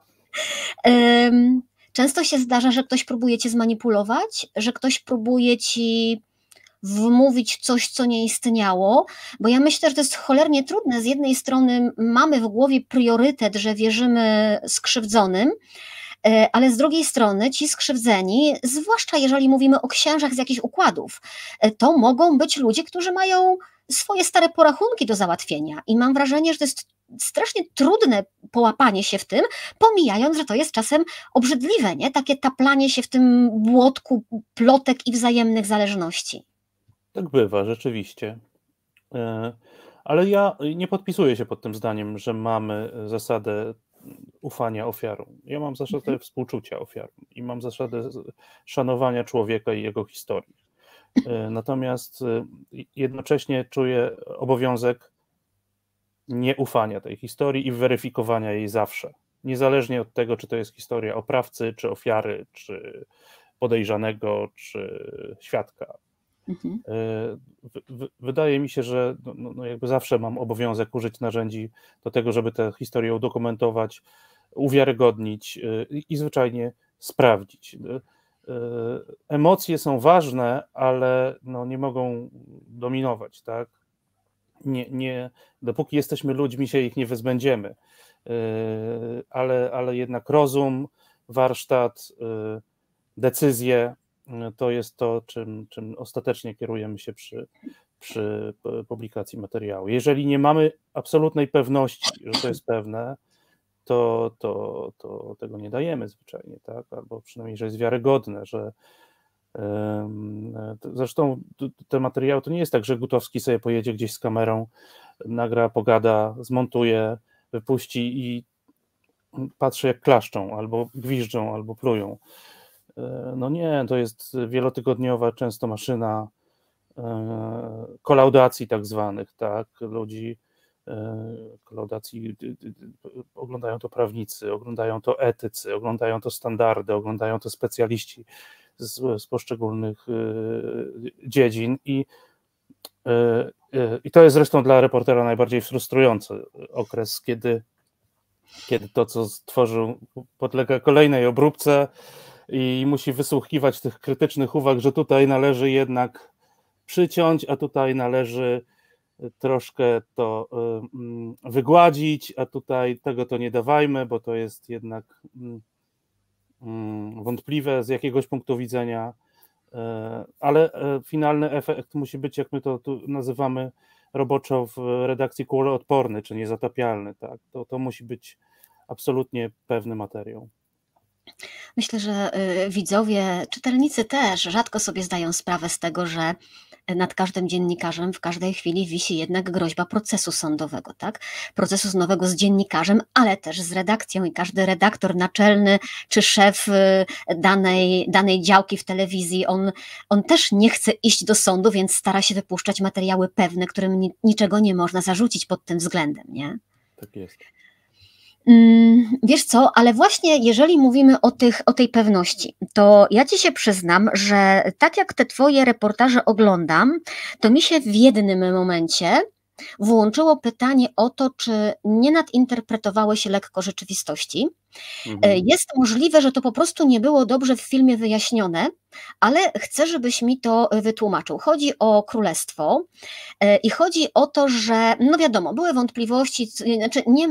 Często się zdarza, że ktoś próbuje cię zmanipulować, że ktoś próbuje ci wmówić coś, co nie istniało, bo ja myślę, że to jest cholernie trudne. Z jednej strony mamy w głowie priorytet, że wierzymy skrzywdzonym, ale z drugiej strony ci skrzywdzeni, zwłaszcza jeżeli mówimy o księżach z jakichś układów, to mogą być ludzie, którzy mają swoje stare porachunki do załatwienia i mam wrażenie, że to jest strasznie trudne połapanie się w tym, pomijając, że to jest czasem obrzydliwe, nie? Takie taplanie się w tym błotku plotek i wzajemnych zależności. Tak bywa, rzeczywiście. Ale ja nie podpisuję się pod tym zdaniem, że mamy zasadę ufania ofiarom. Ja mam zasadę współczucia ofiarom i mam zasadę szanowania człowieka i jego historii. Natomiast jednocześnie czuję obowiązek nieufania tej historii i weryfikowania jej zawsze. Niezależnie od tego, czy to jest historia oprawcy, czy ofiary, czy podejrzanego, czy świadka. Mhm. Wydaje mi się, że no, no jakby zawsze mam obowiązek użyć narzędzi do tego, żeby tę historię udokumentować, uwiarygodnić i, i zwyczajnie sprawdzić. Emocje są ważne, ale no nie mogą dominować, tak? Nie, nie, dopóki jesteśmy ludźmi, się ich nie wyzbędziemy, ale, ale jednak rozum, warsztat, decyzje to jest to, czym, czym ostatecznie kierujemy się przy, przy publikacji materiału. Jeżeli nie mamy absolutnej pewności, że to jest pewne, to, to, to tego nie dajemy zwyczajnie, tak? Albo przynajmniej, że jest wiarygodne, że zresztą te materiały to nie jest tak, że Gutowski sobie pojedzie gdzieś z kamerą, nagra, pogada, zmontuje, wypuści i patrzy jak klaszczą, albo gwiżdżą, albo plują. No nie, to jest wielotygodniowa często maszyna kolaudacji tak zwanych, tak, ludzi, kolaudacji, oglądają to prawnicy, oglądają to etycy, oglądają to standardy, oglądają to specjaliści z, z poszczególnych dziedzin i, i to jest zresztą dla reportera najbardziej frustrujący okres, kiedy, kiedy to, co stworzył, podlega kolejnej obróbce i musi wysłuchiwać tych krytycznych uwag, że tutaj należy jednak przyciąć, a tutaj należy troszkę to wygładzić, a tutaj tego to nie dawajmy, bo to jest jednak wątpliwe z jakiegoś punktu widzenia, ale finalny efekt musi być, jak my to tu nazywamy roboczo w redakcji, kuloodporny czy niezatapialny, tak? To, to musi być absolutnie pewny materiał. Myślę, że widzowie, czytelnicy też rzadko sobie zdają sprawę z tego, że nad każdym dziennikarzem w każdej chwili wisi jednak groźba procesu sądowego, tak? Procesu sądowego z dziennikarzem, ale też z redakcją i każdy redaktor naczelny czy szef danej, danej działki w telewizji, on, on też nie chce iść do sądu, więc stara się wypuszczać materiały pewne, którym ni- niczego nie można zarzucić pod tym względem, nie? Tak jest. Wiesz co, ale właśnie jeżeli mówimy o, tych, o tej pewności, to ja ci się przyznam, że tak jak te twoje reportaże oglądam, to mi się w jednym momencie włączyło pytanie o to, czy nie nadinterpretowałeś lekko rzeczywistości. Mhm. Jest możliwe, że to po prostu nie było dobrze w filmie wyjaśnione, ale chcę, żebyś mi to wytłumaczył. Chodzi o królestwo i chodzi o to, że no wiadomo, były wątpliwości, znaczy nie,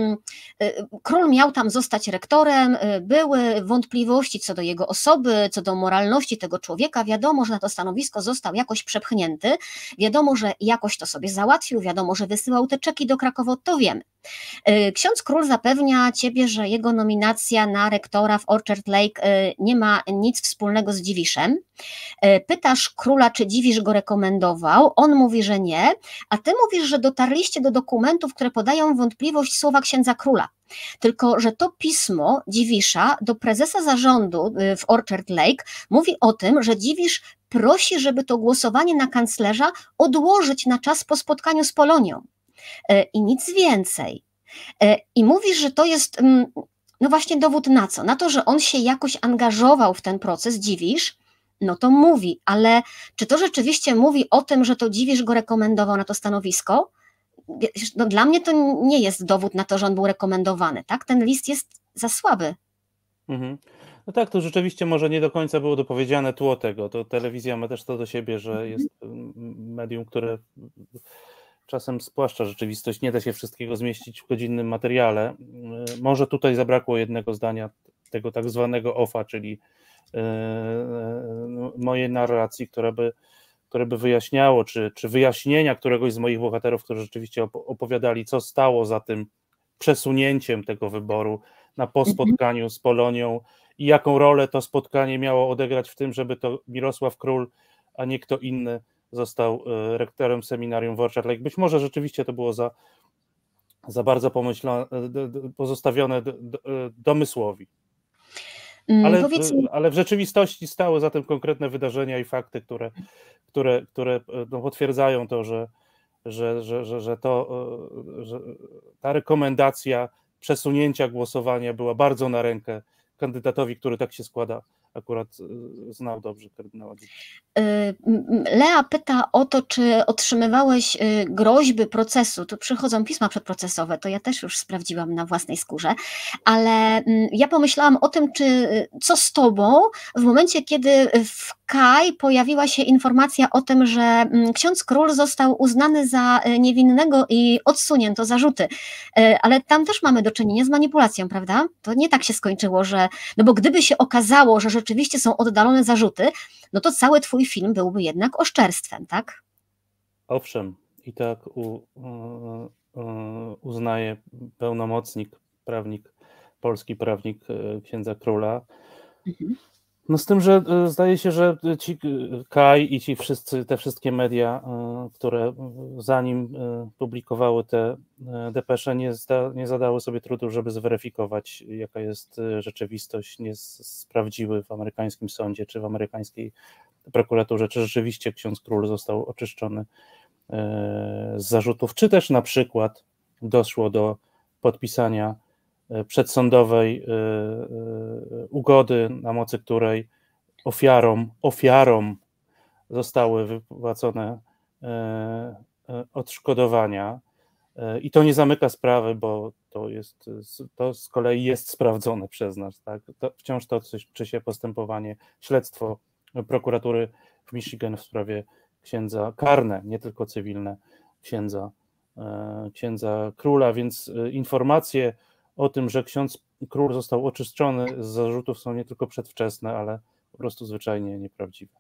król miał tam zostać rektorem, były wątpliwości co do jego osoby, co do moralności tego człowieka, wiadomo, że na to stanowisko został jakoś przepchnięty, wiadomo, że jakoś to sobie załatwił, wiadomo, że wysyłał te czeki do Krakowa, to wiemy. Ksiądz król zapewnia ciebie, że jego nominacja na rektora w Orchard Lake nie ma nic wspólnego z Dziwiszem. Pytasz króla, czy Dziwisz go rekomendował, on mówi, że nie, a ty mówisz, że dotarliście do dokumentów, które podają wątpliwość słowa księdza króla. Tylko że to pismo Dziwisza do prezesa zarządu w Orchard Lake mówi o tym, że Dziwisz prosi, żeby to głosowanie na kanclerza odłożyć na czas po spotkaniu z Polonią. I nic więcej. I mówisz, że to jest no właśnie dowód na co? Na to, że on się jakoś angażował w ten proces, Dziwisz, no to mówi, ale czy to rzeczywiście mówi o tym, że to Dziwisz go rekomendował na to stanowisko? No dla mnie to nie jest dowód na to, że on był rekomendowany, tak? Ten list jest za słaby. Mhm. No tak, to rzeczywiście może nie do końca było dopowiedziane tło tego. To telewizja ma też to do siebie, że jest medium, które czasem spłaszcza rzeczywistość, nie da się wszystkiego zmieścić w godzinnym materiale. Może tutaj zabrakło jednego zdania, tego tak zwanego offa, czyli mojej narracji, która by, które by wyjaśniało, czy, czy wyjaśnienia któregoś z moich bohaterów, którzy rzeczywiście opowiadali, co stało za tym przesunięciem tego wyboru na po spotkaniu z Polonią i jaką rolę to spotkanie miało odegrać w tym, żeby to Mirosław Król, a nie kto inny został rektorem seminarium w Orchard Lake. Być może rzeczywiście to było za, za bardzo pomyślone, pozostawione domysłowi. Mm, Ale, powiedz mi ale w rzeczywistości stały za tym konkretne wydarzenia i fakty, które, które, które no, potwierdzają to, że, że, że, że, że, to, że ta rekomendacja przesunięcia głosowania była bardzo na rękę kandydatowi, który tak się składa, akurat znał dobrze kardynała Dziwisz. Lea pyta o to, czy otrzymywałeś groźby procesu. Tu przychodzą pisma przedprocesowe, to ja też już sprawdziłam na własnej skórze, ale ja pomyślałam o tym, czy co z tobą w momencie, kiedy w Kaj pojawiła się informacja o tym, że ksiądz król został uznany za niewinnego i odsunięto zarzuty. Ale tam też mamy do czynienia z manipulacją, prawda? To nie tak się skończyło, że... No bo gdyby się okazało, że rzeczywiście są oddalone zarzuty, no to cały twój film byłby jednak oszczerstwem, tak? Owszem, i tak u, u, uznaje pełnomocnik, prawnik, polski prawnik księdza króla. Mhm. No z tym, że zdaje się, że ci Kaj i ci wszyscy, te wszystkie media, które zanim publikowały te depesze, nie, zda, nie zadały sobie trudu, żeby zweryfikować, jaka jest rzeczywistość, nie sprawdziły w amerykańskim sądzie czy w amerykańskiej prokuraturze, czy rzeczywiście ksiądz król został oczyszczony z zarzutów, czy też na przykład doszło do podpisania przedsądowej ugody, na mocy której ofiarom, ofiarom zostały wypłacone odszkodowania. I to nie zamyka sprawy, bo to jest, to z kolei jest sprawdzone przez nas, tak? To wciąż toczy się postępowanie, śledztwo prokuratury w Michigan w sprawie księdza, karne, nie tylko cywilne, księdza, księdza króla, więc informacje o tym, że ksiądz król został oczyszczony z zarzutów, są nie tylko przedwczesne, ale po prostu zwyczajnie nieprawdziwe.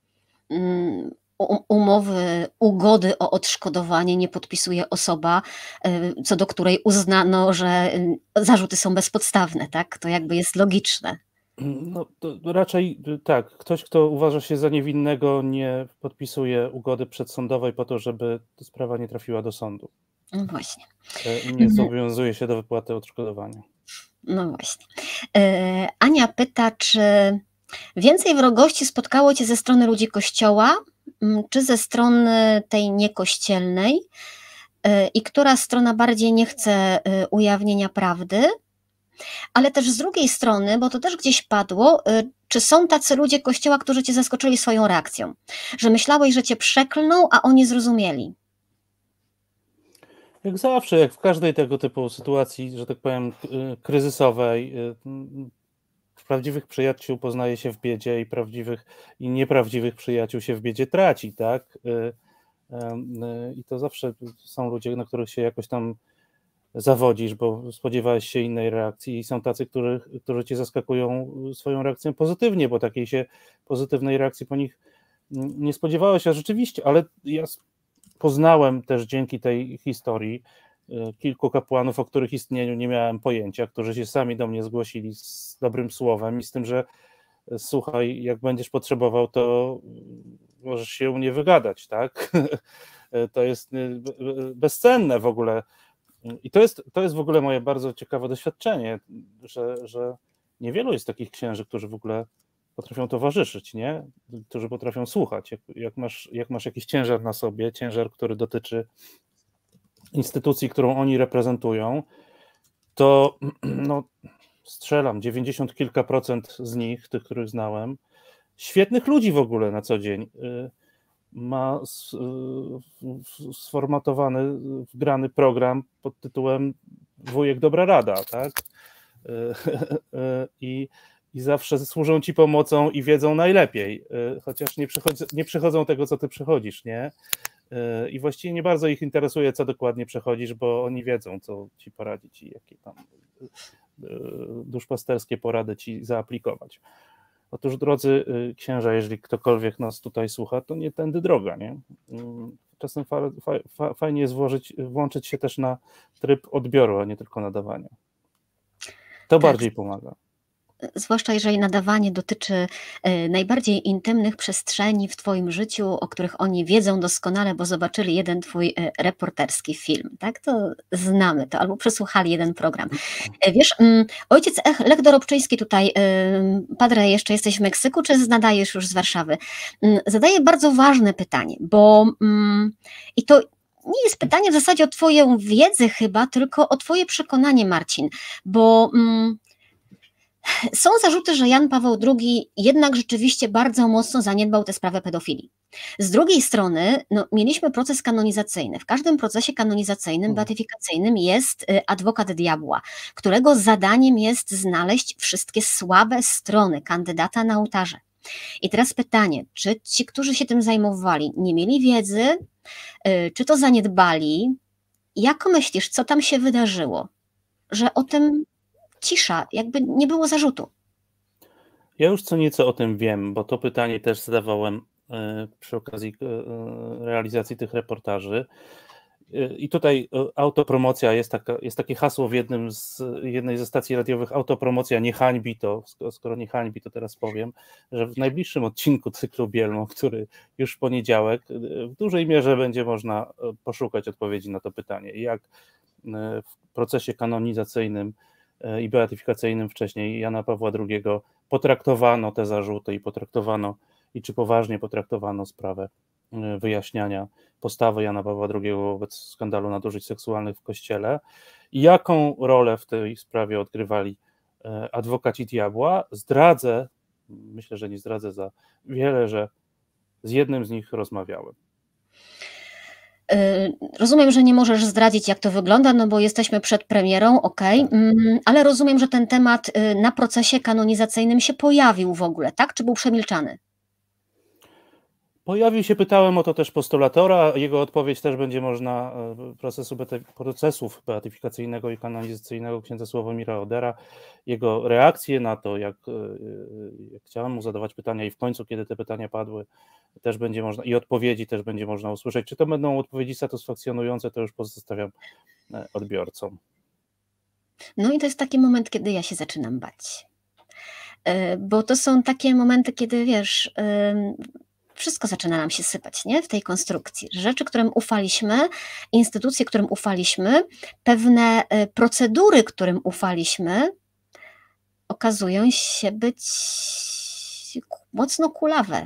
Umowy, ugody o odszkodowanie nie podpisuje osoba, co do której uznano, że zarzuty są bezpodstawne, tak? To jakby jest logiczne. No, to raczej tak. Ktoś, kto uważa się za niewinnego, nie podpisuje ugody przedsądowej po to, żeby sprawa nie trafiła do sądu. No właśnie. Nie zobowiązuje się do wypłaty odszkodowania. No właśnie. Ania pyta, czy więcej wrogości spotkało cię ze strony ludzi Kościoła, czy ze strony tej niekościelnej? I która strona bardziej nie chce ujawnienia prawdy? Ale też z drugiej strony, bo to też gdzieś padło, czy są tacy ludzie Kościoła, którzy cię zaskoczyli swoją reakcją? Że myślałeś, że cię przeklną, a oni zrozumieli? Jak zawsze, jak w każdej tego typu sytuacji, że tak powiem, kryzysowej, prawdziwych przyjaciół poznaje się w biedzie i prawdziwych i nieprawdziwych przyjaciół się w biedzie traci, tak? I to zawsze są ludzie, na których się jakoś tam zawodzisz, bo spodziewałeś się innej reakcji i są tacy, którzy, którzy cię zaskakują swoją reakcją pozytywnie, bo takiej się pozytywnej reakcji po nich nie spodziewałeś, a rzeczywiście, ale ja poznałem też dzięki tej historii kilku kapłanów, o których istnieniu nie miałem pojęcia, którzy się sami do mnie zgłosili z dobrym słowem i z tym, że słuchaj, jak będziesz potrzebował, to możesz się u mnie wygadać, tak? To jest bezcenne w ogóle. I to jest, to jest w ogóle moje bardzo ciekawe doświadczenie, że, że niewielu jest takich księży, którzy w ogóle potrafią towarzyszyć, nie? Którzy potrafią słuchać. Jak, jak, masz, jak masz jakiś ciężar na sobie, ciężar, który dotyczy instytucji, którą oni reprezentują, to no, strzelam, dziewięćdziesiąt kilka procent z nich, tych, których znałem, świetnych ludzi w ogóle na co dzień, ma sformatowany, wgrany program pod tytułem Wujek Dobra Rada, tak? I, i zawsze służą ci pomocą i wiedzą najlepiej, chociaż nie, przychodzi, nie przychodzą tego, co ty przychodzisz, nie? I właściwie nie bardzo ich interesuje, co dokładnie przechodzisz, bo oni wiedzą, co ci poradzić i jakie tam duszpasterskie porady ci zaaplikować. Otóż, drodzy księża, jeżeli ktokolwiek nas tutaj słucha, to nie tędy droga, nie? Czasem fa, fa, fajnie jest włożyć, włączyć się też na tryb odbioru, a nie tylko nadawania. To tak bardziej pomaga. zwłaszcza jeżeli nadawanie dotyczy e, najbardziej intymnych przestrzeni w Twoim życiu, o których oni wiedzą doskonale, bo zobaczyli jeden Twój e, reporterski film, tak? To znamy to, albo przesłuchali jeden program. E, Wiesz, mm, ojciec Ech- Lech Dorobczyński tutaj, ym, Padre, jeszcze jesteś w Meksyku, czy nadajesz już z Warszawy? Mm, Zadaje bardzo ważne pytanie, bo mm, i to nie jest pytanie w zasadzie o Twoją wiedzę chyba, tylko o Twoje przekonanie, Marcin, bo mm, są zarzuty, że Jan Paweł drugi jednak rzeczywiście bardzo mocno zaniedbał tę sprawę pedofilii. Z drugiej strony, no, mieliśmy proces kanonizacyjny. W każdym procesie kanonizacyjnym, Mhm. beatyfikacyjnym jest y, adwokat diabła, którego zadaniem jest znaleźć wszystkie słabe strony kandydata na ołtarze. I teraz pytanie, czy ci, którzy się tym zajmowali, nie mieli wiedzy, y, czy to zaniedbali? Jak myślisz, co tam się wydarzyło, że o tym cisza, jakby nie było zarzutu? Ja już co nieco o tym wiem, bo to pytanie też zadawałem e, przy okazji e, e, realizacji tych reportaży. E, I tutaj e, autopromocja jest, taka, jest takie hasło w jednym z, jednej ze stacji radiowych, autopromocja nie hańbi to, sk- skoro nie hańbi, to teraz powiem, że w najbliższym odcinku cyklu Bielmo, który już w poniedziałek, e, w dużej mierze będzie można e, poszukać odpowiedzi na to pytanie, jak e, w procesie kanonizacyjnym e, i beatyfikacyjnym wcześniej Jana Pawła drugiego potraktowano te zarzuty i potraktowano, i czy poważnie potraktowano sprawę e, wyjaśniania postawy Jana Pawła drugiego wobec skandalu nadużyć seksualnych w Kościele i jaką rolę w tej sprawie odgrywali e, adwokaci diabła. Zdradzę, myślę, że nie zdradzę za wiele, że z jednym z nich rozmawiałem. Y, Rozumiem, że nie możesz zdradzić, jak to wygląda, no bo jesteśmy przed premierą, okej, Tak. mm, ale rozumiem, że ten temat y, na procesie kanonizacyjnym się pojawił w ogóle, tak? Czy był przemilczany? Pojawił się, pytałem o to też postulatora, jego odpowiedź też będzie można, e, procesu, bete- procesów beatyfikacyjnego i kanonizacyjnego księdza Sławomira Odera, jego reakcje na to, jak, e, jak chciałem mu zadawać pytania i w końcu, kiedy te pytania padły, też będzie można, i odpowiedzi też będzie można usłyszeć. Czy to będą odpowiedzi satysfakcjonujące, to już pozostawiam e, odbiorcom. No i to jest taki moment, kiedy ja się zaczynam bać. Y, Bo to są takie momenty, kiedy wiesz, ym, wszystko zaczyna nam się sypać, nie? W tej konstrukcji. Rzeczy, którym ufaliśmy, instytucje, którym ufaliśmy, pewne y, procedury, którym ufaliśmy, okazują się być mocno kulawe.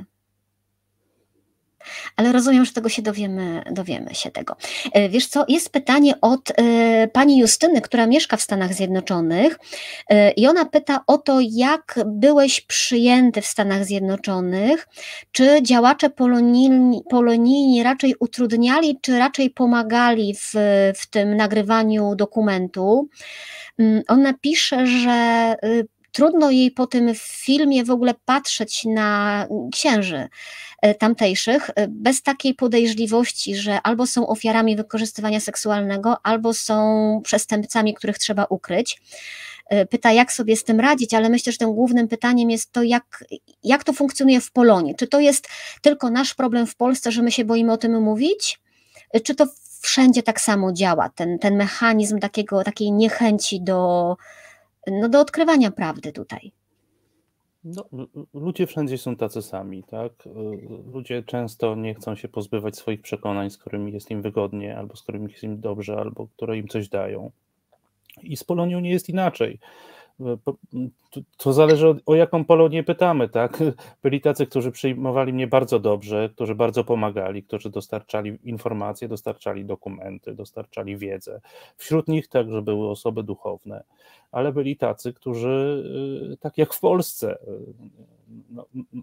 Ale rozumiem, że tego się dowiemy, dowiemy się tego. E, Wiesz co, jest pytanie od e, pani Justyny, która mieszka w Stanach Zjednoczonych e, i ona pyta o to, jak byłeś przyjęty w Stanach Zjednoczonych, czy działacze polonijni, polonijni raczej utrudniali, czy raczej pomagali w, w tym nagrywaniu dokumentu. Mm, Ona pisze, że y, trudno jej po tym filmie w ogóle patrzeć na księży e, tamtejszych e, bez takiej podejrzliwości, że albo są ofiarami wykorzystywania seksualnego, albo są przestępcami, których trzeba ukryć. E, Pyta, jak sobie z tym radzić, ale myślę, że tym głównym pytaniem jest to, jak, jak to funkcjonuje w Polonii. Czy to jest tylko nasz problem w Polsce, że my się boimy o tym mówić? E, Czy to wszędzie tak samo działa, ten, ten mechanizm takiego, takiej niechęci do, no, do odkrywania prawdy tutaj? No, l- l- ludzie wszędzie są tacy sami, tak? Y, Ludzie często nie chcą się pozbywać swoich przekonań, z którymi jest im wygodnie, albo z którymi jest im dobrze, albo które im coś dają. I z Polonią nie jest inaczej. Y, po- m, To to zależy o, o jaką Polonię pytamy, tak? Byli tacy, którzy przyjmowali mnie bardzo dobrze, którzy bardzo pomagali, którzy dostarczali informacje, dostarczali dokumenty, dostarczali wiedzę. Wśród nich także były osoby duchowne, ale byli tacy, którzy, y, tak jak w Polsce, y, no, m- m-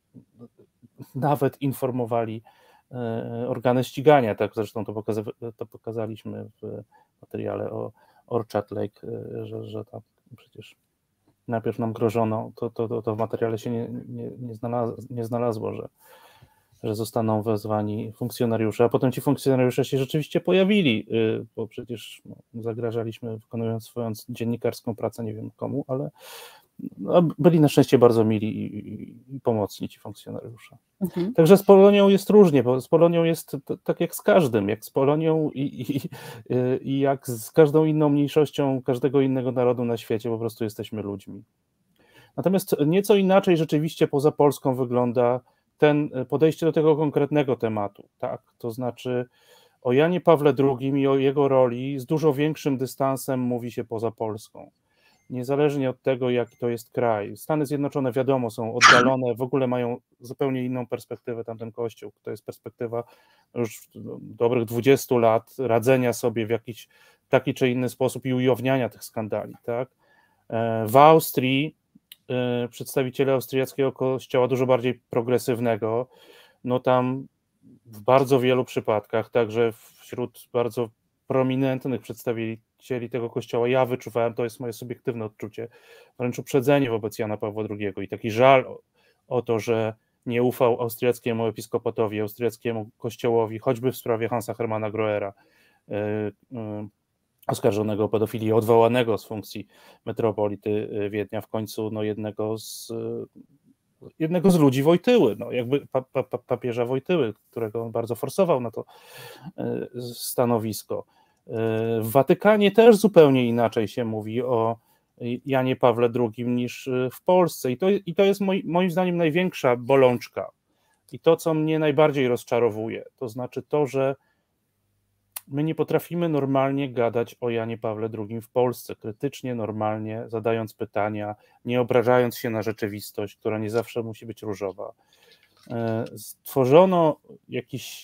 nawet informowali e, organy ścigania, tak zresztą to, pokaza- to pokazaliśmy w materiale o Orchard Lake, e, że, że tam przecież najpierw nam grożono, to, to, to, to w materiale się nie, nie, nie, znalazło, nie znalazło, że, że zostaną wezwani funkcjonariusze, a potem ci funkcjonariusze się rzeczywiście pojawili, y, bo przecież no, zagrażaliśmy, wykonując swoją dziennikarską pracę, nie wiem komu, ale no, byli na szczęście bardzo mili i, i, i pomocni ci funkcjonariusze. Mhm. Także z Polonią jest różnie, bo z Polonią jest t- tak jak z każdym, jak z Polonią i, i, i jak z każdą inną mniejszością każdego innego narodu na świecie, po prostu jesteśmy ludźmi. Natomiast nieco inaczej rzeczywiście poza Polską wygląda ten podejście do tego konkretnego tematu, tak? To znaczy o Janie Pawle drugim i o jego roli z dużo większym dystansem mówi się poza Polską. Niezależnie od tego, jaki to jest kraj. Stany Zjednoczone, wiadomo, są oddalone, w ogóle mają zupełnie inną perspektywę, tamten kościół. To jest perspektywa już dobrych dwudziestu lat radzenia sobie w jakiś taki czy inny sposób i ujawniania tych skandali, tak? W Austrii przedstawiciele austriackiego kościoła, dużo bardziej progresywnego, no tam w bardzo wielu przypadkach, także wśród bardzo prominentnych przedstawicieli tego kościoła, ja wyczuwałem, to jest moje subiektywne odczucie, wręcz uprzedzenie wobec Jana Pawła drugiego i taki żal o, o to, że nie ufał austriackiemu episkopatowi, austriackiemu kościołowi, choćby w sprawie Hansa Hermana Groera, yy, yy, oskarżonego o pedofilię, odwołanego z funkcji metropolity Wiednia, w końcu no, jednego z jednego z ludzi Wojtyły, no, jakby pa, pa, papieża Wojtyły, którego on bardzo forsował na to stanowisko. W Watykanie też zupełnie inaczej się mówi o Janie Pawle drugim niż w Polsce i to, i to jest moi, moim zdaniem największa bolączka i to, co mnie najbardziej rozczarowuje, to znaczy to, że my nie potrafimy normalnie gadać o Janie Pawle drugim w Polsce, krytycznie, normalnie, zadając pytania, nie obrażając się na rzeczywistość, która nie zawsze musi być różowa. Stworzono jakiś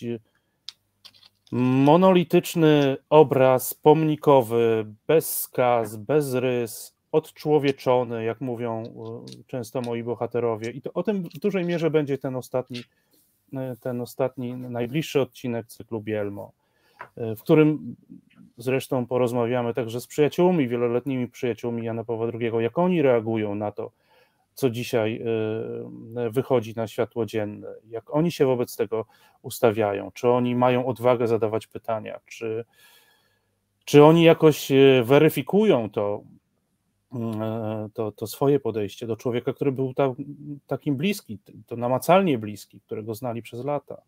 monolityczny obraz pomnikowy, bez skaz, bez rys, odczłowieczony, jak mówią często moi bohaterowie. I to o tym w dużej mierze będzie ten ostatni, ten ostatni, najbliższy odcinek cyklu Bielmo, w którym zresztą porozmawiamy także z przyjaciółmi, wieloletnimi przyjaciółmi Jana Pawła drugiego, jak oni reagują na to, co dzisiaj wychodzi na światło dzienne, jak oni się wobec tego ustawiają, czy oni mają odwagę zadawać pytania, czy, czy oni jakoś weryfikują to, to, to swoje podejście do człowieka, który był ta, takim bliski, to namacalnie bliski, którego znali przez lata.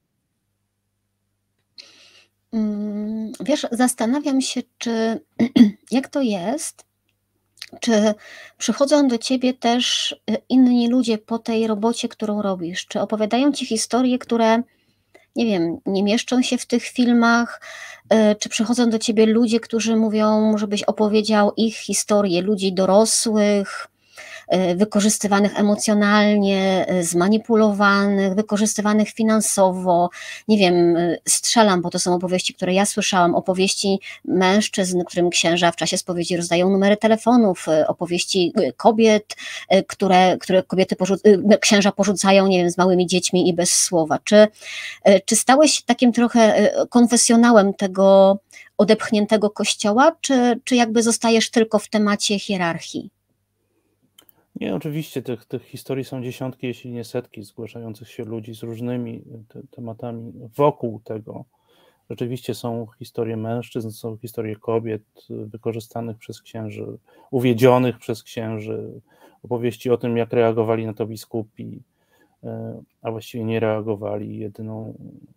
Wiesz, zastanawiam się, czy jak to jest, czy przychodzą do ciebie też inni ludzie po tej robocie, którą robisz? Czy opowiadają ci historie, które, nie wiem, nie mieszczą się w tych filmach? Czy przychodzą do ciebie ludzie, którzy mówią, żebyś opowiedział ich historię, ludzi dorosłych, wykorzystywanych emocjonalnie, zmanipulowanych, wykorzystywanych finansowo, nie wiem, strzelam, bo to są opowieści, które ja słyszałam, opowieści mężczyzn, którym księża w czasie spowiedzi rozdają numery telefonów, opowieści kobiet, które, które kobiety porzu- księża porzucają, nie wiem, z małymi dziećmi i bez słowa. Czy, czy stałeś się takim trochę konfesjonałem tego odepchniętego kościoła, czy, czy jakby zostajesz tylko w temacie hierarchii? Nie, oczywiście tych, tych historii są dziesiątki, jeśli nie setki zgłaszających się ludzi z różnymi te, tematami wokół tego. Rzeczywiście są historie mężczyzn, są historie kobiet wykorzystanych przez księży, uwiedzionych przez księży, opowieści o tym, jak reagowali na to biskupi, a właściwie nie reagowali. Jedyną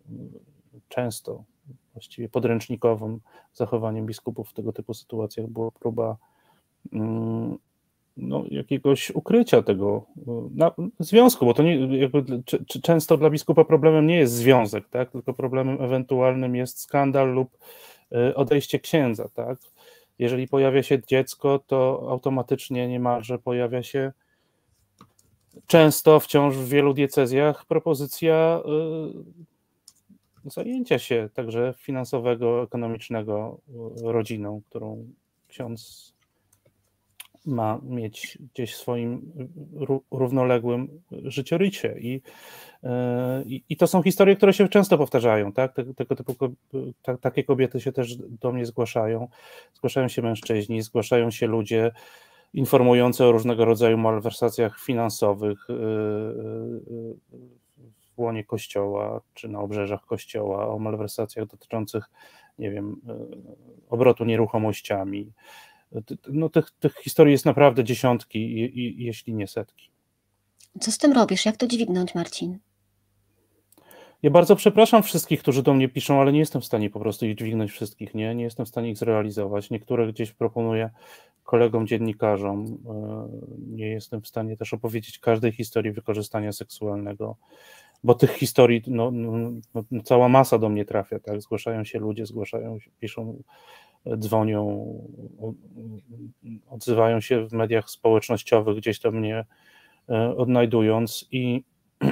często właściwie podręcznikowym zachowaniem biskupów w tego typu sytuacjach była próba mm, no, jakiegoś ukrycia tego na, związku, bo to nie, jakby, czy, czy często dla biskupa problemem nie jest związek, tak? Tylko problemem ewentualnym jest skandal lub odejście księdza. Tak? Jeżeli pojawia się dziecko, to automatycznie niemalże pojawia się często wciąż w wielu diecezjach propozycja y, zajęcia się także finansowego, ekonomicznego rodziną, którą ksiądz ma mieć gdzieś w swoim równoległym życiorycie. I, i, i to są historie, które się często powtarzają. Tak? Tego typu, ta, takie kobiety się też do mnie zgłaszają. Zgłaszają się mężczyźni, zgłaszają się ludzie informujący o różnego rodzaju malwersacjach finansowych w łonie kościoła, czy na obrzeżach kościoła, o malwersacjach dotyczących, nie wiem, obrotu nieruchomościami. No, tych, tych historii jest naprawdę dziesiątki, i, i, jeśli nie setki. Co z tym robisz? Jak to dźwignąć, Marcin? Ja bardzo przepraszam wszystkich, którzy do mnie piszą, ale nie jestem w stanie po prostu ich dźwignąć wszystkich, nie? Nie jestem w stanie ich zrealizować. Niektóre gdzieś proponuję kolegom dziennikarzom. Nie jestem w stanie też opowiedzieć każdej historii wykorzystania seksualnego, bo tych historii no, no, no, cała masa do mnie trafia, tak? Zgłaszają się ludzie, zgłaszają się, piszą, dzwonią, odzywają się w mediach społecznościowych, gdzieś tam mnie odnajdując i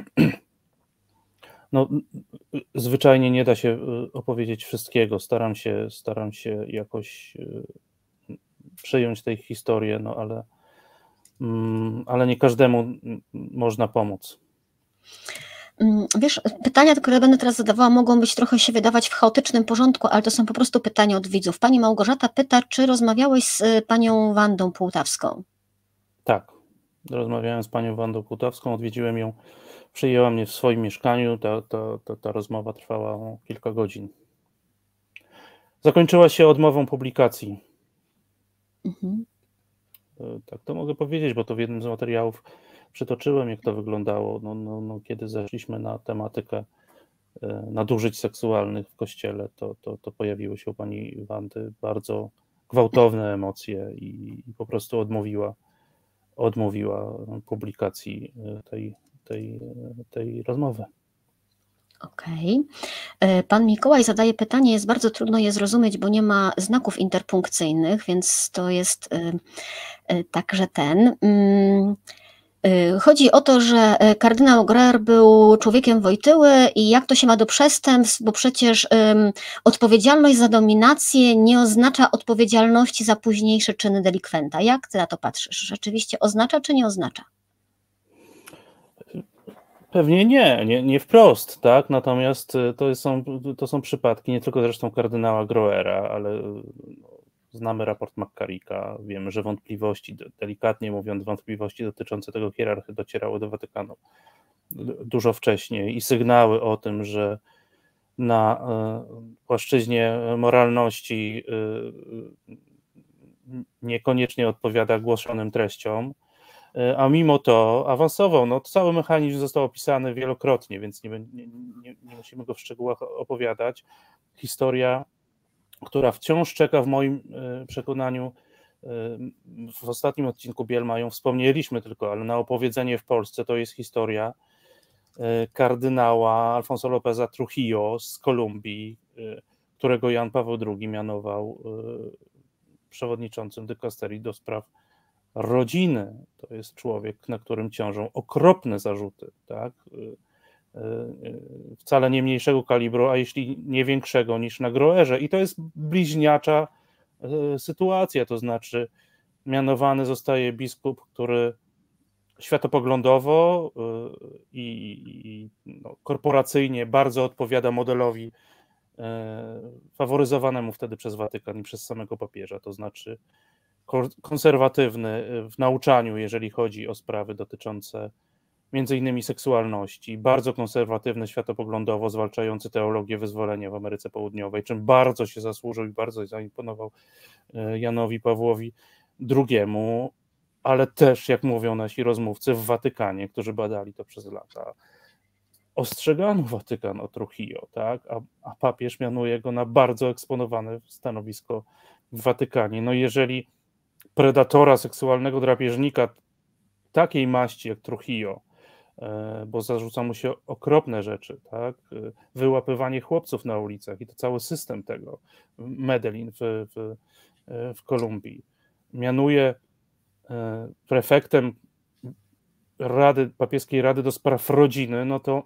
no, zwyczajnie nie da się opowiedzieć wszystkiego. Staram się, staram się jakoś przyjąć tę historię, no ale, ale nie każdemu można pomóc. Wiesz, pytania, które będę teraz zadawała, mogą być trochę się wydawać w chaotycznym porządku, ale to są po prostu pytania od widzów. Pani Małgorzata pyta, czy rozmawiałeś z panią Wandą Półtawską? Tak, rozmawiałem z panią Wandą Półtawską, odwiedziłem ją, przyjęła mnie w swoim mieszkaniu, ta, ta, ta, ta rozmowa trwała kilka godzin. Zakończyła się odmową publikacji. Mhm. Tak to mogę powiedzieć, bo to w jednym z materiałów przytoczyłem, jak to wyglądało, no, no, no, kiedy zeszliśmy na tematykę nadużyć seksualnych w kościele, to, to, to pojawiły się u pani Wandy bardzo gwałtowne emocje i, i po prostu odmówiła, odmówiła publikacji tej, tej, tej rozmowy. Okej. Okay. Pan Mikołaj zadaje pytanie, jest bardzo trudno je zrozumieć, bo nie ma znaków interpunkcyjnych, więc to jest także ten. Chodzi o to, że kardynał Greur był człowiekiem Wojtyły i jak to się ma do przestępstw, bo przecież um, odpowiedzialność za dominację nie oznacza odpowiedzialności za późniejsze czyny delikwenta. Jak ty na to patrzysz? Rzeczywiście oznacza czy nie oznacza? Pewnie nie, nie, nie wprost, tak? Natomiast to są, to są przypadki, nie tylko zresztą kardynała Greuera, ale znamy raport McCarricka, wiemy, że wątpliwości, delikatnie mówiąc, wątpliwości dotyczące tego hierarchy docierały do Watykanu dużo wcześniej i sygnały o tym, że na płaszczyźnie moralności niekoniecznie odpowiada głoszonym treściom, a mimo to awansował. No, cały mechanizm został opisany wielokrotnie, więc nie, nie, nie, nie musimy go w szczegółach opowiadać. Historia, która wciąż czeka w moim przekonaniu, w ostatnim odcinku Bielma ją wspomnieliśmy tylko, ale na opowiedzenie w Polsce to jest historia kardynała Alfonso Lópeza Trujillo z Kolumbii, którego Jan Paweł drugi mianował przewodniczącym dykasterii do spraw rodziny. To jest człowiek, na którym ciążą okropne zarzuty, tak? Wcale nie mniejszego kalibru, a jeśli nie większego niż na Greuerze. I to jest bliźniacza sytuacja, to znaczy mianowany zostaje biskup, który światopoglądowo i, i no, korporacyjnie bardzo odpowiada modelowi faworyzowanemu wtedy przez Watykan i przez samego papieża, to znaczy konserwatywny w nauczaniu, jeżeli chodzi o sprawy dotyczące między innymi seksualności, bardzo konserwatywny światopoglądowo, zwalczający teologię wyzwolenia w Ameryce Południowej, czym bardzo się zasłużył i bardzo zaimponował Janowi Pawłowi drugiemu, ale też, jak mówią nasi rozmówcy w Watykanie, którzy badali to przez lata, ostrzegano Watykan o Trujillo, tak? a, a papież mianuje go na bardzo eksponowane stanowisko w Watykanie. No jeżeli predatora seksualnego drapieżnika takiej maści jak Trujillo, bo zarzuca mu się okropne rzeczy, tak? Wyłapywanie chłopców na ulicach i to cały system tego, Medellin w, w, w Kolumbii, mianuje prefektem Rady, Papieskiej Rady do Spraw Rodziny, no to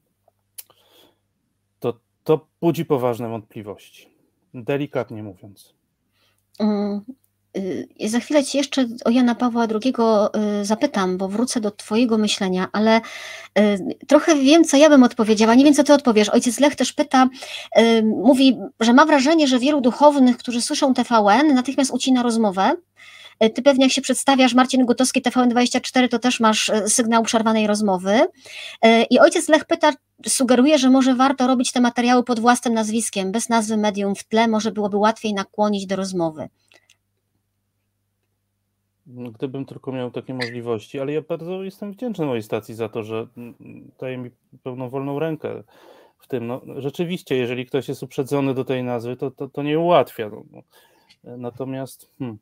to, to budzi poważne wątpliwości, delikatnie mówiąc. Mm. Za chwilę ci jeszcze o Jana Pawła drugiego zapytam, bo wrócę do twojego myślenia, ale trochę wiem, co ja bym odpowiedziała, nie wiem, co ty odpowiesz. Ojciec Lech też pyta, mówi, że ma wrażenie, że wielu duchownych, którzy słyszą T V N, natychmiast ucina rozmowę. Ty pewnie jak się przedstawiasz, Marcin Gutowski, T V N dwadzieścia cztery, to też masz sygnał przerwanej rozmowy. I ojciec Lech pyta, sugeruje, że może warto robić te materiały pod własnym nazwiskiem, bez nazwy medium w tle, może byłoby łatwiej nakłonić do rozmowy. Gdybym tylko miał takie możliwości, ale ja bardzo jestem wdzięczny mojej stacji za to, że daje mi pełną wolną rękę w tym. No, rzeczywiście, jeżeli ktoś jest uprzedzony do tej nazwy, to, to, to nie ułatwia. No. Natomiast hmm.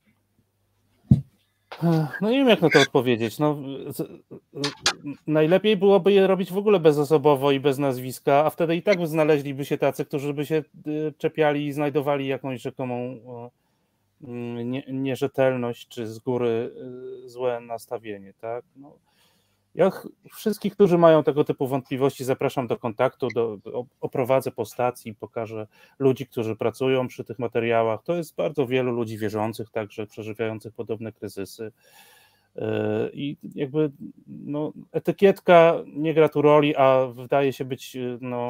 no nie wiem, jak na to odpowiedzieć. No, najlepiej byłoby je robić w ogóle bezosobowo i bez nazwiska, a wtedy i tak znaleźliby się tacy, którzy by się czepiali i znajdowali jakąś rzekomą nie, nierzetelność czy z góry złe nastawienie. Tak? No, ja wszystkich, którzy mają tego typu wątpliwości, zapraszam do kontaktu, do, do, oprowadzę po stacji, pokażę ludzi, którzy pracują przy tych materiałach. To jest bardzo wielu ludzi wierzących, także przeżywających podobne kryzysy. I jakby no, etykietka nie gra tu roli, a wydaje się być no,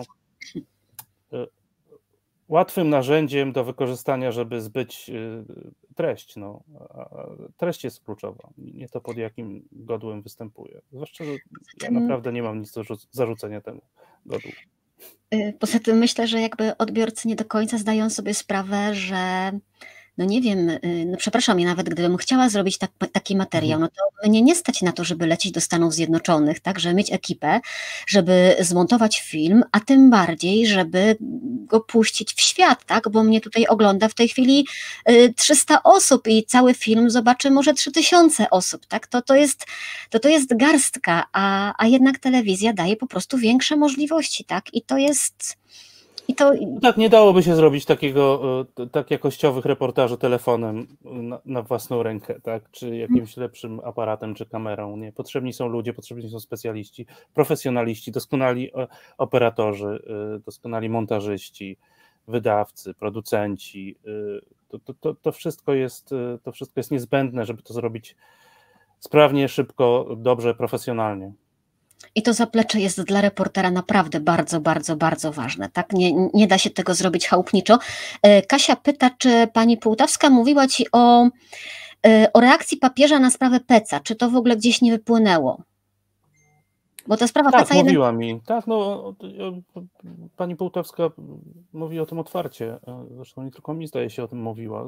łatwym narzędziem do wykorzystania, żeby zbyć treść. No. Treść jest kluczowa, nie to, pod jakim godłem występuje. Zwłaszcza, że ja naprawdę nie mam nic do zarzucenia temu godłu. Poza tym myślę, że jakby odbiorcy nie do końca zdają sobie sprawę, że no nie wiem, no przepraszam, ja nawet gdybym chciała zrobić tak, taki materiał, no to mnie nie stać na to, żeby lecieć do Stanów Zjednoczonych, tak, żeby mieć ekipę, żeby zmontować film, a tym bardziej, żeby go puścić w świat, tak, bo mnie tutaj ogląda w tej chwili trzysta osób i cały film zobaczy może trzy tysiące osób, tak, to, to, jest, to, to jest garstka, a, a jednak telewizja daje po prostu większe możliwości, tak, i to jest... I to... Tak, nie dałoby się zrobić takiego, tak jakościowych reportaży telefonem na, na własną rękę, tak? Czy jakimś lepszym aparatem, czy kamerą. Nie. Potrzebni są ludzie, potrzebni są specjaliści, profesjonaliści, doskonali operatorzy, doskonali montażyści, wydawcy, producenci. To, to, to, to, wszystko jest, to wszystko jest niezbędne, żeby to zrobić sprawnie, szybko, dobrze, profesjonalnie. I to zaplecze jest dla reportera naprawdę bardzo, bardzo, bardzo ważne. Tak? Nie, nie da się tego zrobić chałupniczo. Kasia pyta, czy pani Półtawska mówiła ci o, o reakcji papieża na sprawę Peca. Czy to w ogóle gdzieś nie wypłynęło? Bo ta sprawa tak, Peca mówiła jednak... mi. Tak, no pani Półtawska mówi o tym otwarcie. Zresztą nie tylko mi, zdaje się, o tym mówiła.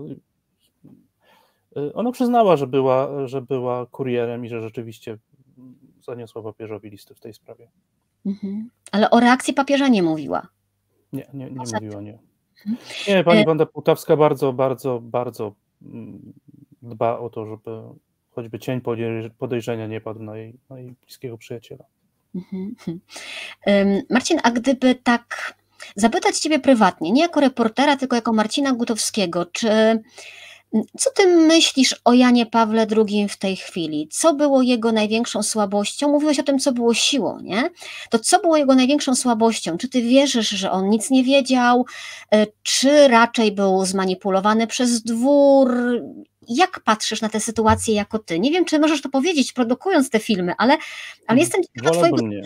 Ona przyznała, że była, że była kurierem i że rzeczywiście zaniosła papieżowi listy w tej sprawie. Mhm. Ale o reakcji papieża nie mówiła. Nie, nie, nie mówiła, nie. Nie, pani Wanda Półtawska bardzo, bardzo, bardzo dba o to, żeby choćby cień podejrzenia nie padł na jej, na jej bliskiego przyjaciela. Mhm. Marcin, a gdyby tak zapytać ciebie prywatnie, nie jako reportera, tylko jako Marcina Gutowskiego, czy co ty myślisz o Janie Pawle drugi w tej chwili? Co było jego największą słabością? Mówiłeś o tym, co było siłą, nie? To co było jego największą słabością? Czy ty wierzysz, że on nic nie wiedział? Czy raczej był zmanipulowany przez dwór? Jak patrzysz na tę sytuację jako ty? Nie wiem, czy możesz to powiedzieć, produkując te filmy, ale, ale jestem ciekawa twojego... Nie.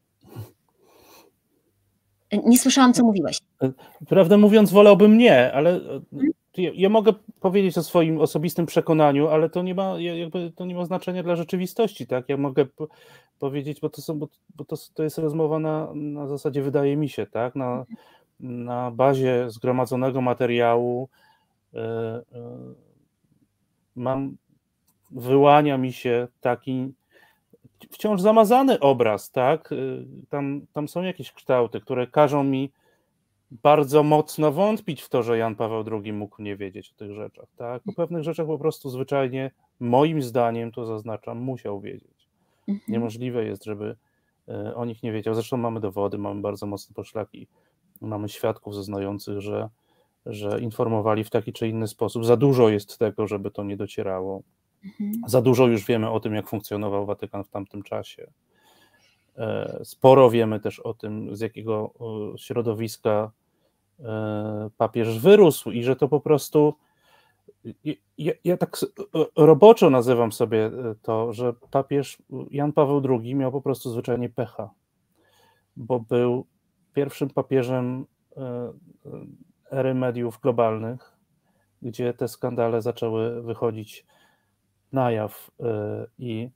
Nie słyszałam, co mówiłeś. Prawdę mówiąc, wolałbym nie, ale... Ja, ja mogę powiedzieć o swoim osobistym przekonaniu, ale to nie ma, jakby, to nie ma znaczenia dla rzeczywistości, tak? Ja mogę po, powiedzieć, bo to, są, bo, bo to, to jest rozmowa na, na zasadzie wydaje mi się, tak? Na, na bazie zgromadzonego materiału yy, yy, mam, wyłania mi się taki wciąż zamazany obraz, tak? Yy, tam, tam są jakieś kształty, które każą mi bardzo mocno wątpić w to, że Jan Paweł drugi mógł nie wiedzieć o tych rzeczach. Tak? O pewnych rzeczach po prostu zwyczajnie, moim zdaniem, to zaznaczam, musiał wiedzieć. Mhm. Niemożliwe jest, żeby o nich nie wiedział. Zresztą mamy dowody, mamy bardzo mocne poszlaki, mamy świadków zeznających, że, że informowali w taki czy inny sposób. Za dużo jest tego, żeby to nie docierało. Mhm. Za dużo już wiemy o tym, jak funkcjonował Watykan w tamtym czasie. Sporo wiemy też o tym, z jakiego środowiska papież wyrósł i że to po prostu, ja, ja tak roboczo nazywam sobie to, że papież Jan Paweł drugi miał po prostu zwyczajnie pecha, bo był pierwszym papieżem ery mediów globalnych, gdzie te skandale zaczęły wychodzić na jaw i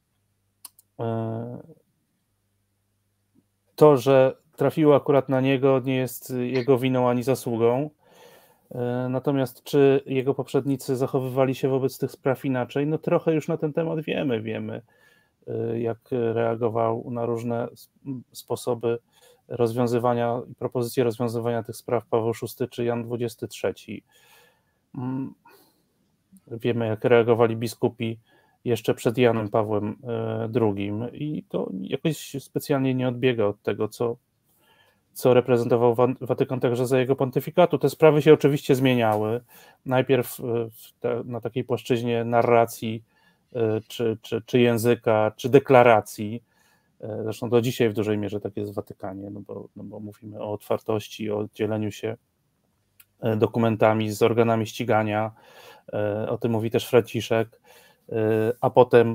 to, że trafiło akurat na niego, nie jest jego winą ani zasługą. Natomiast czy jego poprzednicy zachowywali się wobec tych spraw inaczej? No trochę już na ten temat wiemy. Wiemy, jak reagował na różne sposoby rozwiązywania i propozycje rozwiązywania tych spraw Paweł szósty czy Jan dwudziesty trzeci. Wiemy, jak reagowali biskupi jeszcze przed Janem Pawłem drugim i to jakoś specjalnie nie odbiega od tego, co, co reprezentował Watykan także za jego pontyfikatu. Te sprawy się oczywiście zmieniały. Najpierw te, na takiej płaszczyźnie narracji, czy, czy, czy języka, czy deklaracji. Zresztą do dzisiaj w dużej mierze tak jest w Watykanie, no bo, no bo mówimy o otwartości, o dzieleniu się dokumentami z organami ścigania. O tym mówi też Franciszek, a potem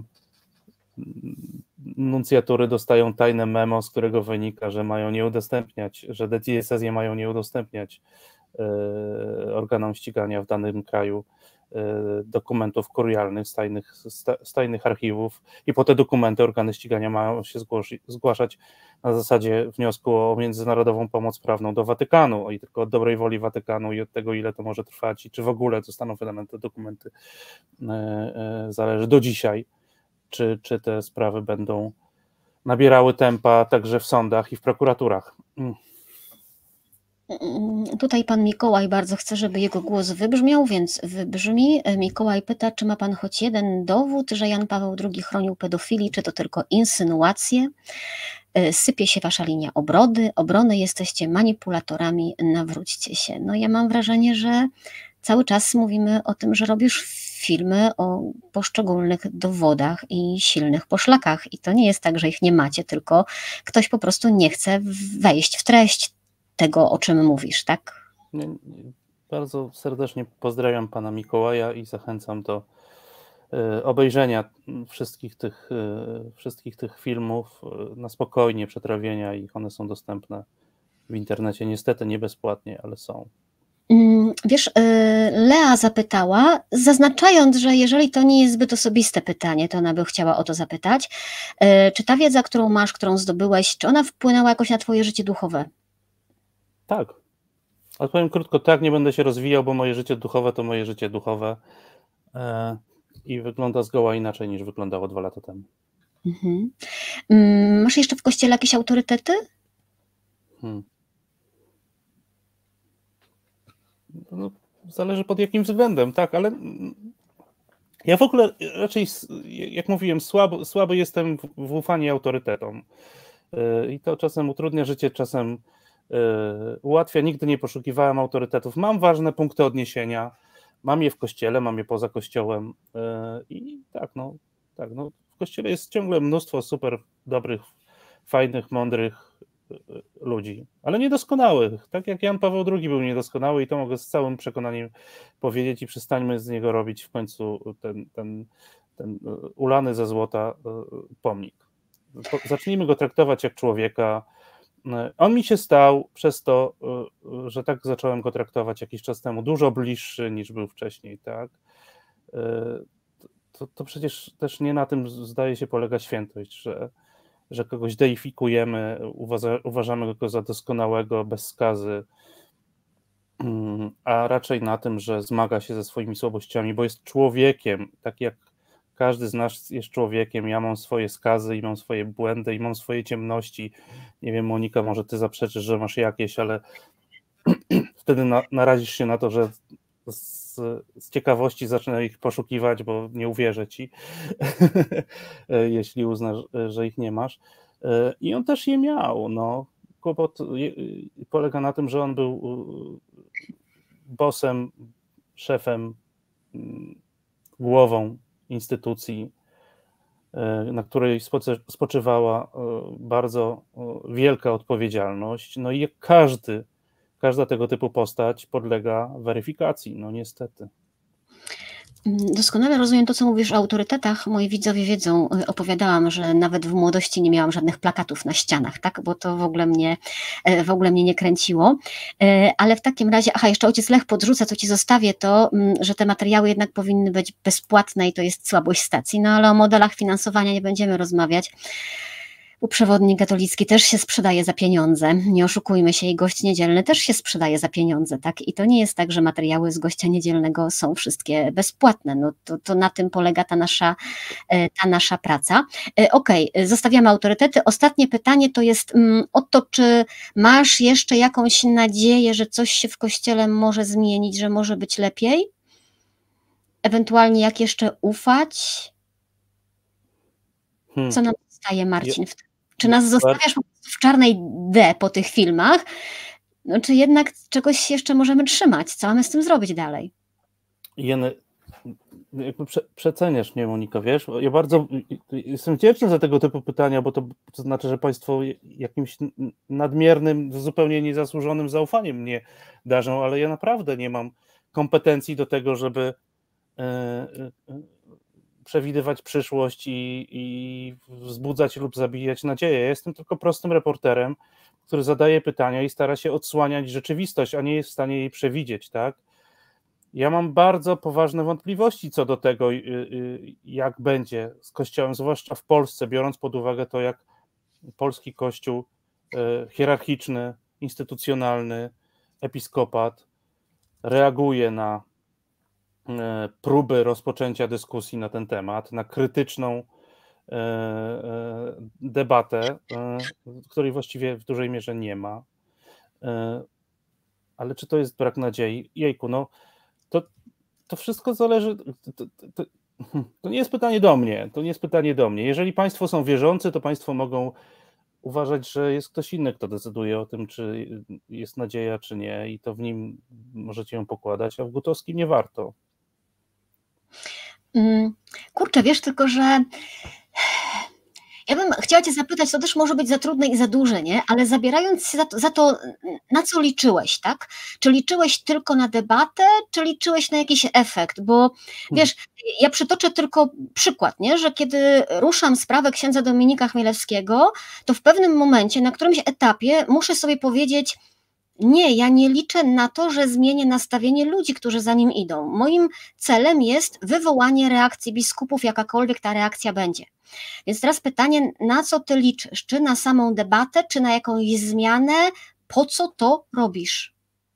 nuncjatury dostają tajne memo, z którego wynika, że mają nie udostępniać, że diecezje mają nie udostępniać organom ścigania w danym kraju dokumentów kurialnych z tajnych, z tajnych archiwów i po te dokumenty organy ścigania mają się zgłaszać na zasadzie wniosku o międzynarodową pomoc prawną do Watykanu i tylko od dobrej woli Watykanu i od tego, ile to może trwać i czy w ogóle zostaną wydane te dokumenty, zależy do dzisiaj, czy, czy te sprawy będą nabierały tempa także w sądach i w prokuraturach. Tutaj pan Mikołaj bardzo chce, żeby jego głos wybrzmiał, więc wybrzmi. Mikołaj pyta, czy ma pan choć jeden dowód, że Jan Paweł drugi chronił pedofilii, czy to tylko insynuacje? Sypie się wasza linia obrody, obrony, jesteście manipulatorami, nawróćcie się. No ja mam wrażenie, że cały czas mówimy o tym, że robisz filmy o poszczególnych dowodach i silnych poszlakach i to nie jest tak, że ich nie macie, tylko ktoś po prostu nie chce wejść w treść tego, o czym mówisz, tak? Bardzo serdecznie pozdrawiam pana Mikołaja i zachęcam do obejrzenia wszystkich tych, wszystkich tych filmów na spokojnie, przetrawienia ich. One są dostępne w internecie, niestety nie bezpłatnie, ale są. Wiesz, Lea zapytała, zaznaczając, że jeżeli to nie jest zbyt osobiste pytanie, to ona by chciała o to zapytać, czy ta wiedza, którą masz, którą zdobyłeś, czy ona wpłynęła jakoś na twoje życie duchowe? Tak. Odpowiem krótko, tak, nie będę się rozwijał, bo moje życie duchowe to moje życie duchowe e, i wygląda zgoła inaczej niż wyglądało dwa lata temu. Mhm. Masz jeszcze w kościele jakieś autorytety? Hmm. No, zależy pod jakim względem, tak, ale ja w ogóle raczej, jak mówiłem, słaby, słaby jestem w ufaniu autorytetom i to czasem utrudnia życie, czasem ułatwia. Nigdy nie poszukiwałem autorytetów. Mam ważne punkty odniesienia, mam je w kościele, mam je poza kościołem i tak, no, tak, no w kościele jest ciągle mnóstwo super dobrych, fajnych, mądrych ludzi, ale niedoskonałych, tak jak Jan Paweł drugi był niedoskonały i to mogę z całym przekonaniem powiedzieć i przestańmy z niego robić w końcu ten, ten, ten ulany ze złota pomnik. Zacznijmy go traktować jak człowieka. On mi się stał przez to, że tak zacząłem go traktować jakiś czas temu, dużo bliższy niż był wcześniej, tak? To, to przecież też nie na tym zdaje się polega świętość, że że kogoś deifikujemy, uważa, uważamy go za doskonałego, bez skazy, a raczej na tym, że zmaga się ze swoimi słabościami, bo jest człowiekiem, tak jak każdy z nas jest człowiekiem. Ja mam swoje skazy i mam swoje błędy i mam swoje ciemności. Nie wiem, Monika, może ty zaprzeczysz, że masz jakieś, ale wtedy na, narazisz się na to, że z, z ciekawości zacznę ich poszukiwać, bo nie uwierzę ci, jeśli uznasz, że ich nie masz. I on też je miał. No. Kłopot polega na tym, że on był bossem, szefem, głową instytucji, na której spoczywała bardzo wielka odpowiedzialność. No i jak każdy Każda tego typu postać podlega weryfikacji, no niestety. Doskonale rozumiem to, co mówisz o autorytetach. Moi widzowie wiedzą, opowiadałam, że nawet w młodości nie miałam żadnych plakatów na ścianach, tak? Bo to w ogóle mnie w ogóle mnie nie kręciło. Ale w takim razie, aha, jeszcze ojciec Lech podrzuca, co ci zostawię, to, że te materiały jednak powinny być bezpłatne i to jest słabość stacji. No ale o modelach finansowania nie będziemy rozmawiać. Bo przewodnik katolicki też się sprzedaje za pieniądze, nie oszukujmy się, i gość niedzielny też się sprzedaje za pieniądze, tak? I to nie jest tak, że materiały z gościa niedzielnego są wszystkie bezpłatne, no to, to na tym polega ta nasza, ta nasza praca. Okej, okay, zostawiamy autorytety. Ostatnie pytanie to jest um, o to, czy masz jeszcze jakąś nadzieję, że coś się w Kościele może zmienić, że może być lepiej? Ewentualnie jak jeszcze ufać? Hmm. Co nam zostaje, Marcin? Je, czy nas zostawiasz po prostu w czarnej D po tych filmach? No, czy jednak czegoś jeszcze możemy trzymać? Co mamy z tym zrobić dalej? Jeny, jakby prze, przeceniasz mnie, Monika, wiesz? Ja bardzo jestem wdzięczny za tego typu pytania, bo to, to znaczy, że Państwo jakimś nadmiernym, zupełnie niezasłużonym zaufaniem mnie darzą, ale ja naprawdę nie mam kompetencji do tego, żeby e, e, przewidywać przyszłość i, i wzbudzać lub zabijać nadzieję. Ja jestem tylko prostym reporterem, który zadaje pytania i stara się odsłaniać rzeczywistość, a nie jest w stanie jej przewidzieć, tak? Ja mam bardzo poważne wątpliwości co do tego, jak będzie z Kościołem, zwłaszcza w Polsce, biorąc pod uwagę to, jak polski Kościół hierarchiczny, instytucjonalny, episkopat reaguje na próby rozpoczęcia dyskusji na ten temat, na krytyczną debatę, której właściwie w dużej mierze nie ma. Ale czy to jest brak nadziei? Jejku, no to, to wszystko zależy, to, to, to nie jest pytanie do mnie, to nie jest pytanie do mnie. Jeżeli Państwo są wierzący, to Państwo mogą uważać, że jest ktoś inny, kto decyduje o tym, czy jest nadzieja, czy nie, i to w nim możecie ją pokładać, a w Gutowskim nie warto. Kurczę, wiesz, tylko że ja bym chciała Cię zapytać, to też może być za trudne i za duże, nie? Ale zabierając się za to, za to, na co liczyłeś, tak? Czy liczyłeś tylko na debatę, czy liczyłeś na jakiś efekt? Bo wiesz, ja przytoczę tylko przykład, nie? Że kiedy ruszam sprawę księdza Dominika Chmielewskiego, to w pewnym momencie, na którymś etapie muszę sobie powiedzieć: nie, ja nie liczę na to, że zmienię nastawienie ludzi, którzy za nim idą. Moim celem jest wywołanie reakcji biskupów, jakakolwiek ta reakcja będzie. Więc teraz pytanie, na co ty liczysz? Czy na samą debatę, czy na jakąś zmianę? Po co to robisz?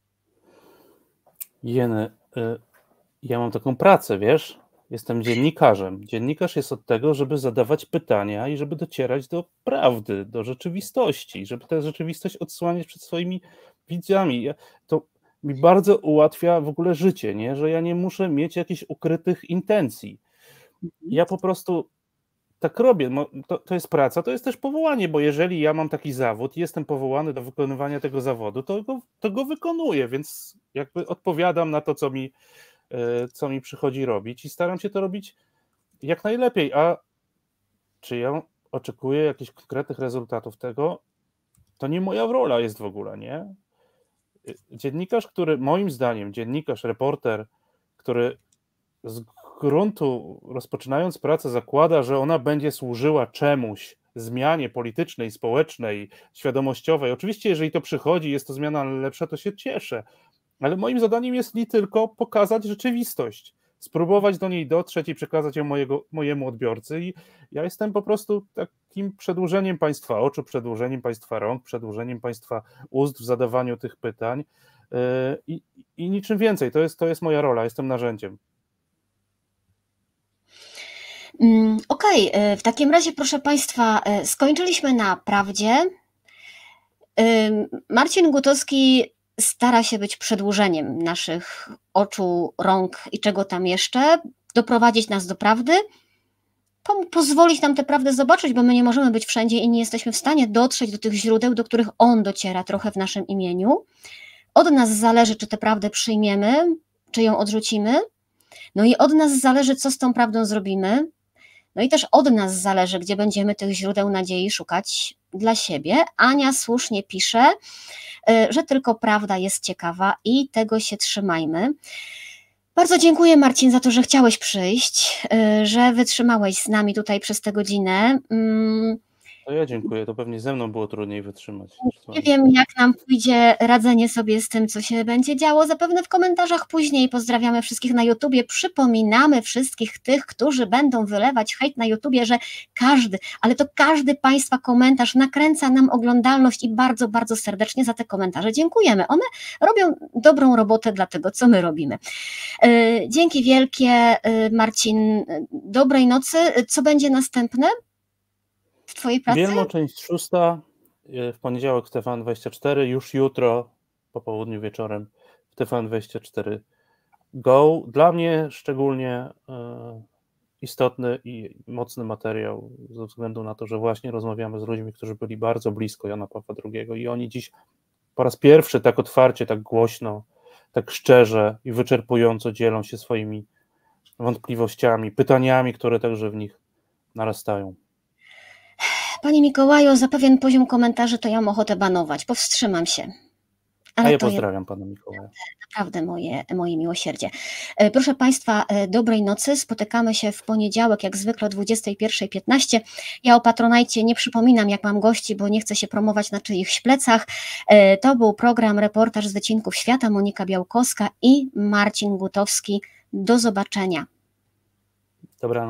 Jeny, ja mam taką pracę, wiesz? Jestem dziennikarzem. Dziennikarz jest od tego, żeby zadawać pytania i żeby docierać do prawdy, do rzeczywistości, żeby tę rzeczywistość odsłaniać przed swoimi widzami. To mi bardzo ułatwia w ogóle życie, nie? Że ja nie muszę mieć jakichś ukrytych intencji. Ja po prostu tak robię. To, to jest praca, to jest też powołanie, bo jeżeli ja mam taki zawód i jestem powołany do wykonywania tego zawodu, to go, to go wykonuję, więc jakby odpowiadam na to, co mi co mi przychodzi robić i staram się to robić jak najlepiej, a czy ja oczekuję jakichś konkretnych rezultatów tego, to nie moja rola jest w ogóle, nie? Dziennikarz, który moim zdaniem, dziennikarz, reporter, który z gruntu rozpoczynając pracę zakłada, że ona będzie służyła czemuś, zmianie politycznej, społecznej, świadomościowej. Oczywiście, jeżeli to przychodzi, jest to zmiana lepsza, to się cieszę. Ale moim zadaniem jest nie tylko pokazać rzeczywistość, spróbować do niej dotrzeć i przekazać ją mojego, mojemu odbiorcy. I ja jestem po prostu takim przedłużeniem Państwa oczu, przedłużeniem Państwa rąk, przedłużeniem Państwa ust w zadawaniu tych pytań i, i niczym więcej. To jest, to jest moja rola, jestem narzędziem. Okej, okay. W takim razie, proszę Państwa, skończyliśmy na prawdzie. Marcin Gutowski stara się być przedłużeniem naszych oczu, rąk i czego tam jeszcze, doprowadzić nas do prawdy, pozwolić nam tę prawdę zobaczyć, bo my nie możemy być wszędzie i nie jesteśmy w stanie dotrzeć do tych źródeł, do których on dociera trochę w naszym imieniu. Od nas zależy, czy tę prawdę przyjmiemy, czy ją odrzucimy. No i od nas zależy, co z tą prawdą zrobimy. No i też od nas zależy, gdzie będziemy tych źródeł nadziei szukać dla siebie. Ania słusznie pisze, że tylko prawda jest ciekawa i tego się trzymajmy. Bardzo dziękuję, Marcin, za to, że chciałeś przyjść, że wytrzymałeś z nami tutaj przez tę godzinę. To ja dziękuję, to pewnie ze mną było trudniej wytrzymać niż z Nie wami. wiem, jak nam pójdzie radzenie sobie z tym, co się będzie działo, zapewne w komentarzach później. Pozdrawiamy wszystkich na YouTubie. Przypominamy wszystkich tych, którzy będą wylewać hejt na YouTubie, że każdy, ale to każdy Państwa komentarz nakręca nam oglądalność i bardzo, bardzo serdecznie za te komentarze dziękujemy. One robią dobrą robotę dla tego, co my robimy. Dzięki wielkie, Marcin. Dobrej nocy. Co będzie następne w Twojej pracy? Wielmo, część szósta, w poniedziałek w T V N dwadzieścia cztery, już jutro po południu wieczorem w T V N dwadzieścia cztery Go. Dla mnie szczególnie e, istotny i mocny materiał ze względu na to, że właśnie rozmawiamy z ludźmi, którzy byli bardzo blisko Jana Pawła drugiego i oni dziś po raz pierwszy tak otwarcie, tak głośno, tak szczerze i wyczerpująco dzielą się swoimi wątpliwościami, pytaniami, które także w nich narastają. Panie Mikołaju, za pewien poziom komentarzy to ja mam ochotę banować, powstrzymam się. Ale A ja pozdrawiam Pana Mikołaja. Naprawdę moje, moje miłosierdzie. Proszę Państwa, dobrej nocy. Spotykamy się w poniedziałek, jak zwykle o dwudziestej pierwszej piętnaście. Ja o Patronajcie nie przypominam, jak mam gości, bo nie chcę się promować na czyichś plecach. To był program Reportaż z Wycinków Świata. Monika Białkowska i Marcin Gutowski. Do zobaczenia. Dobranoc.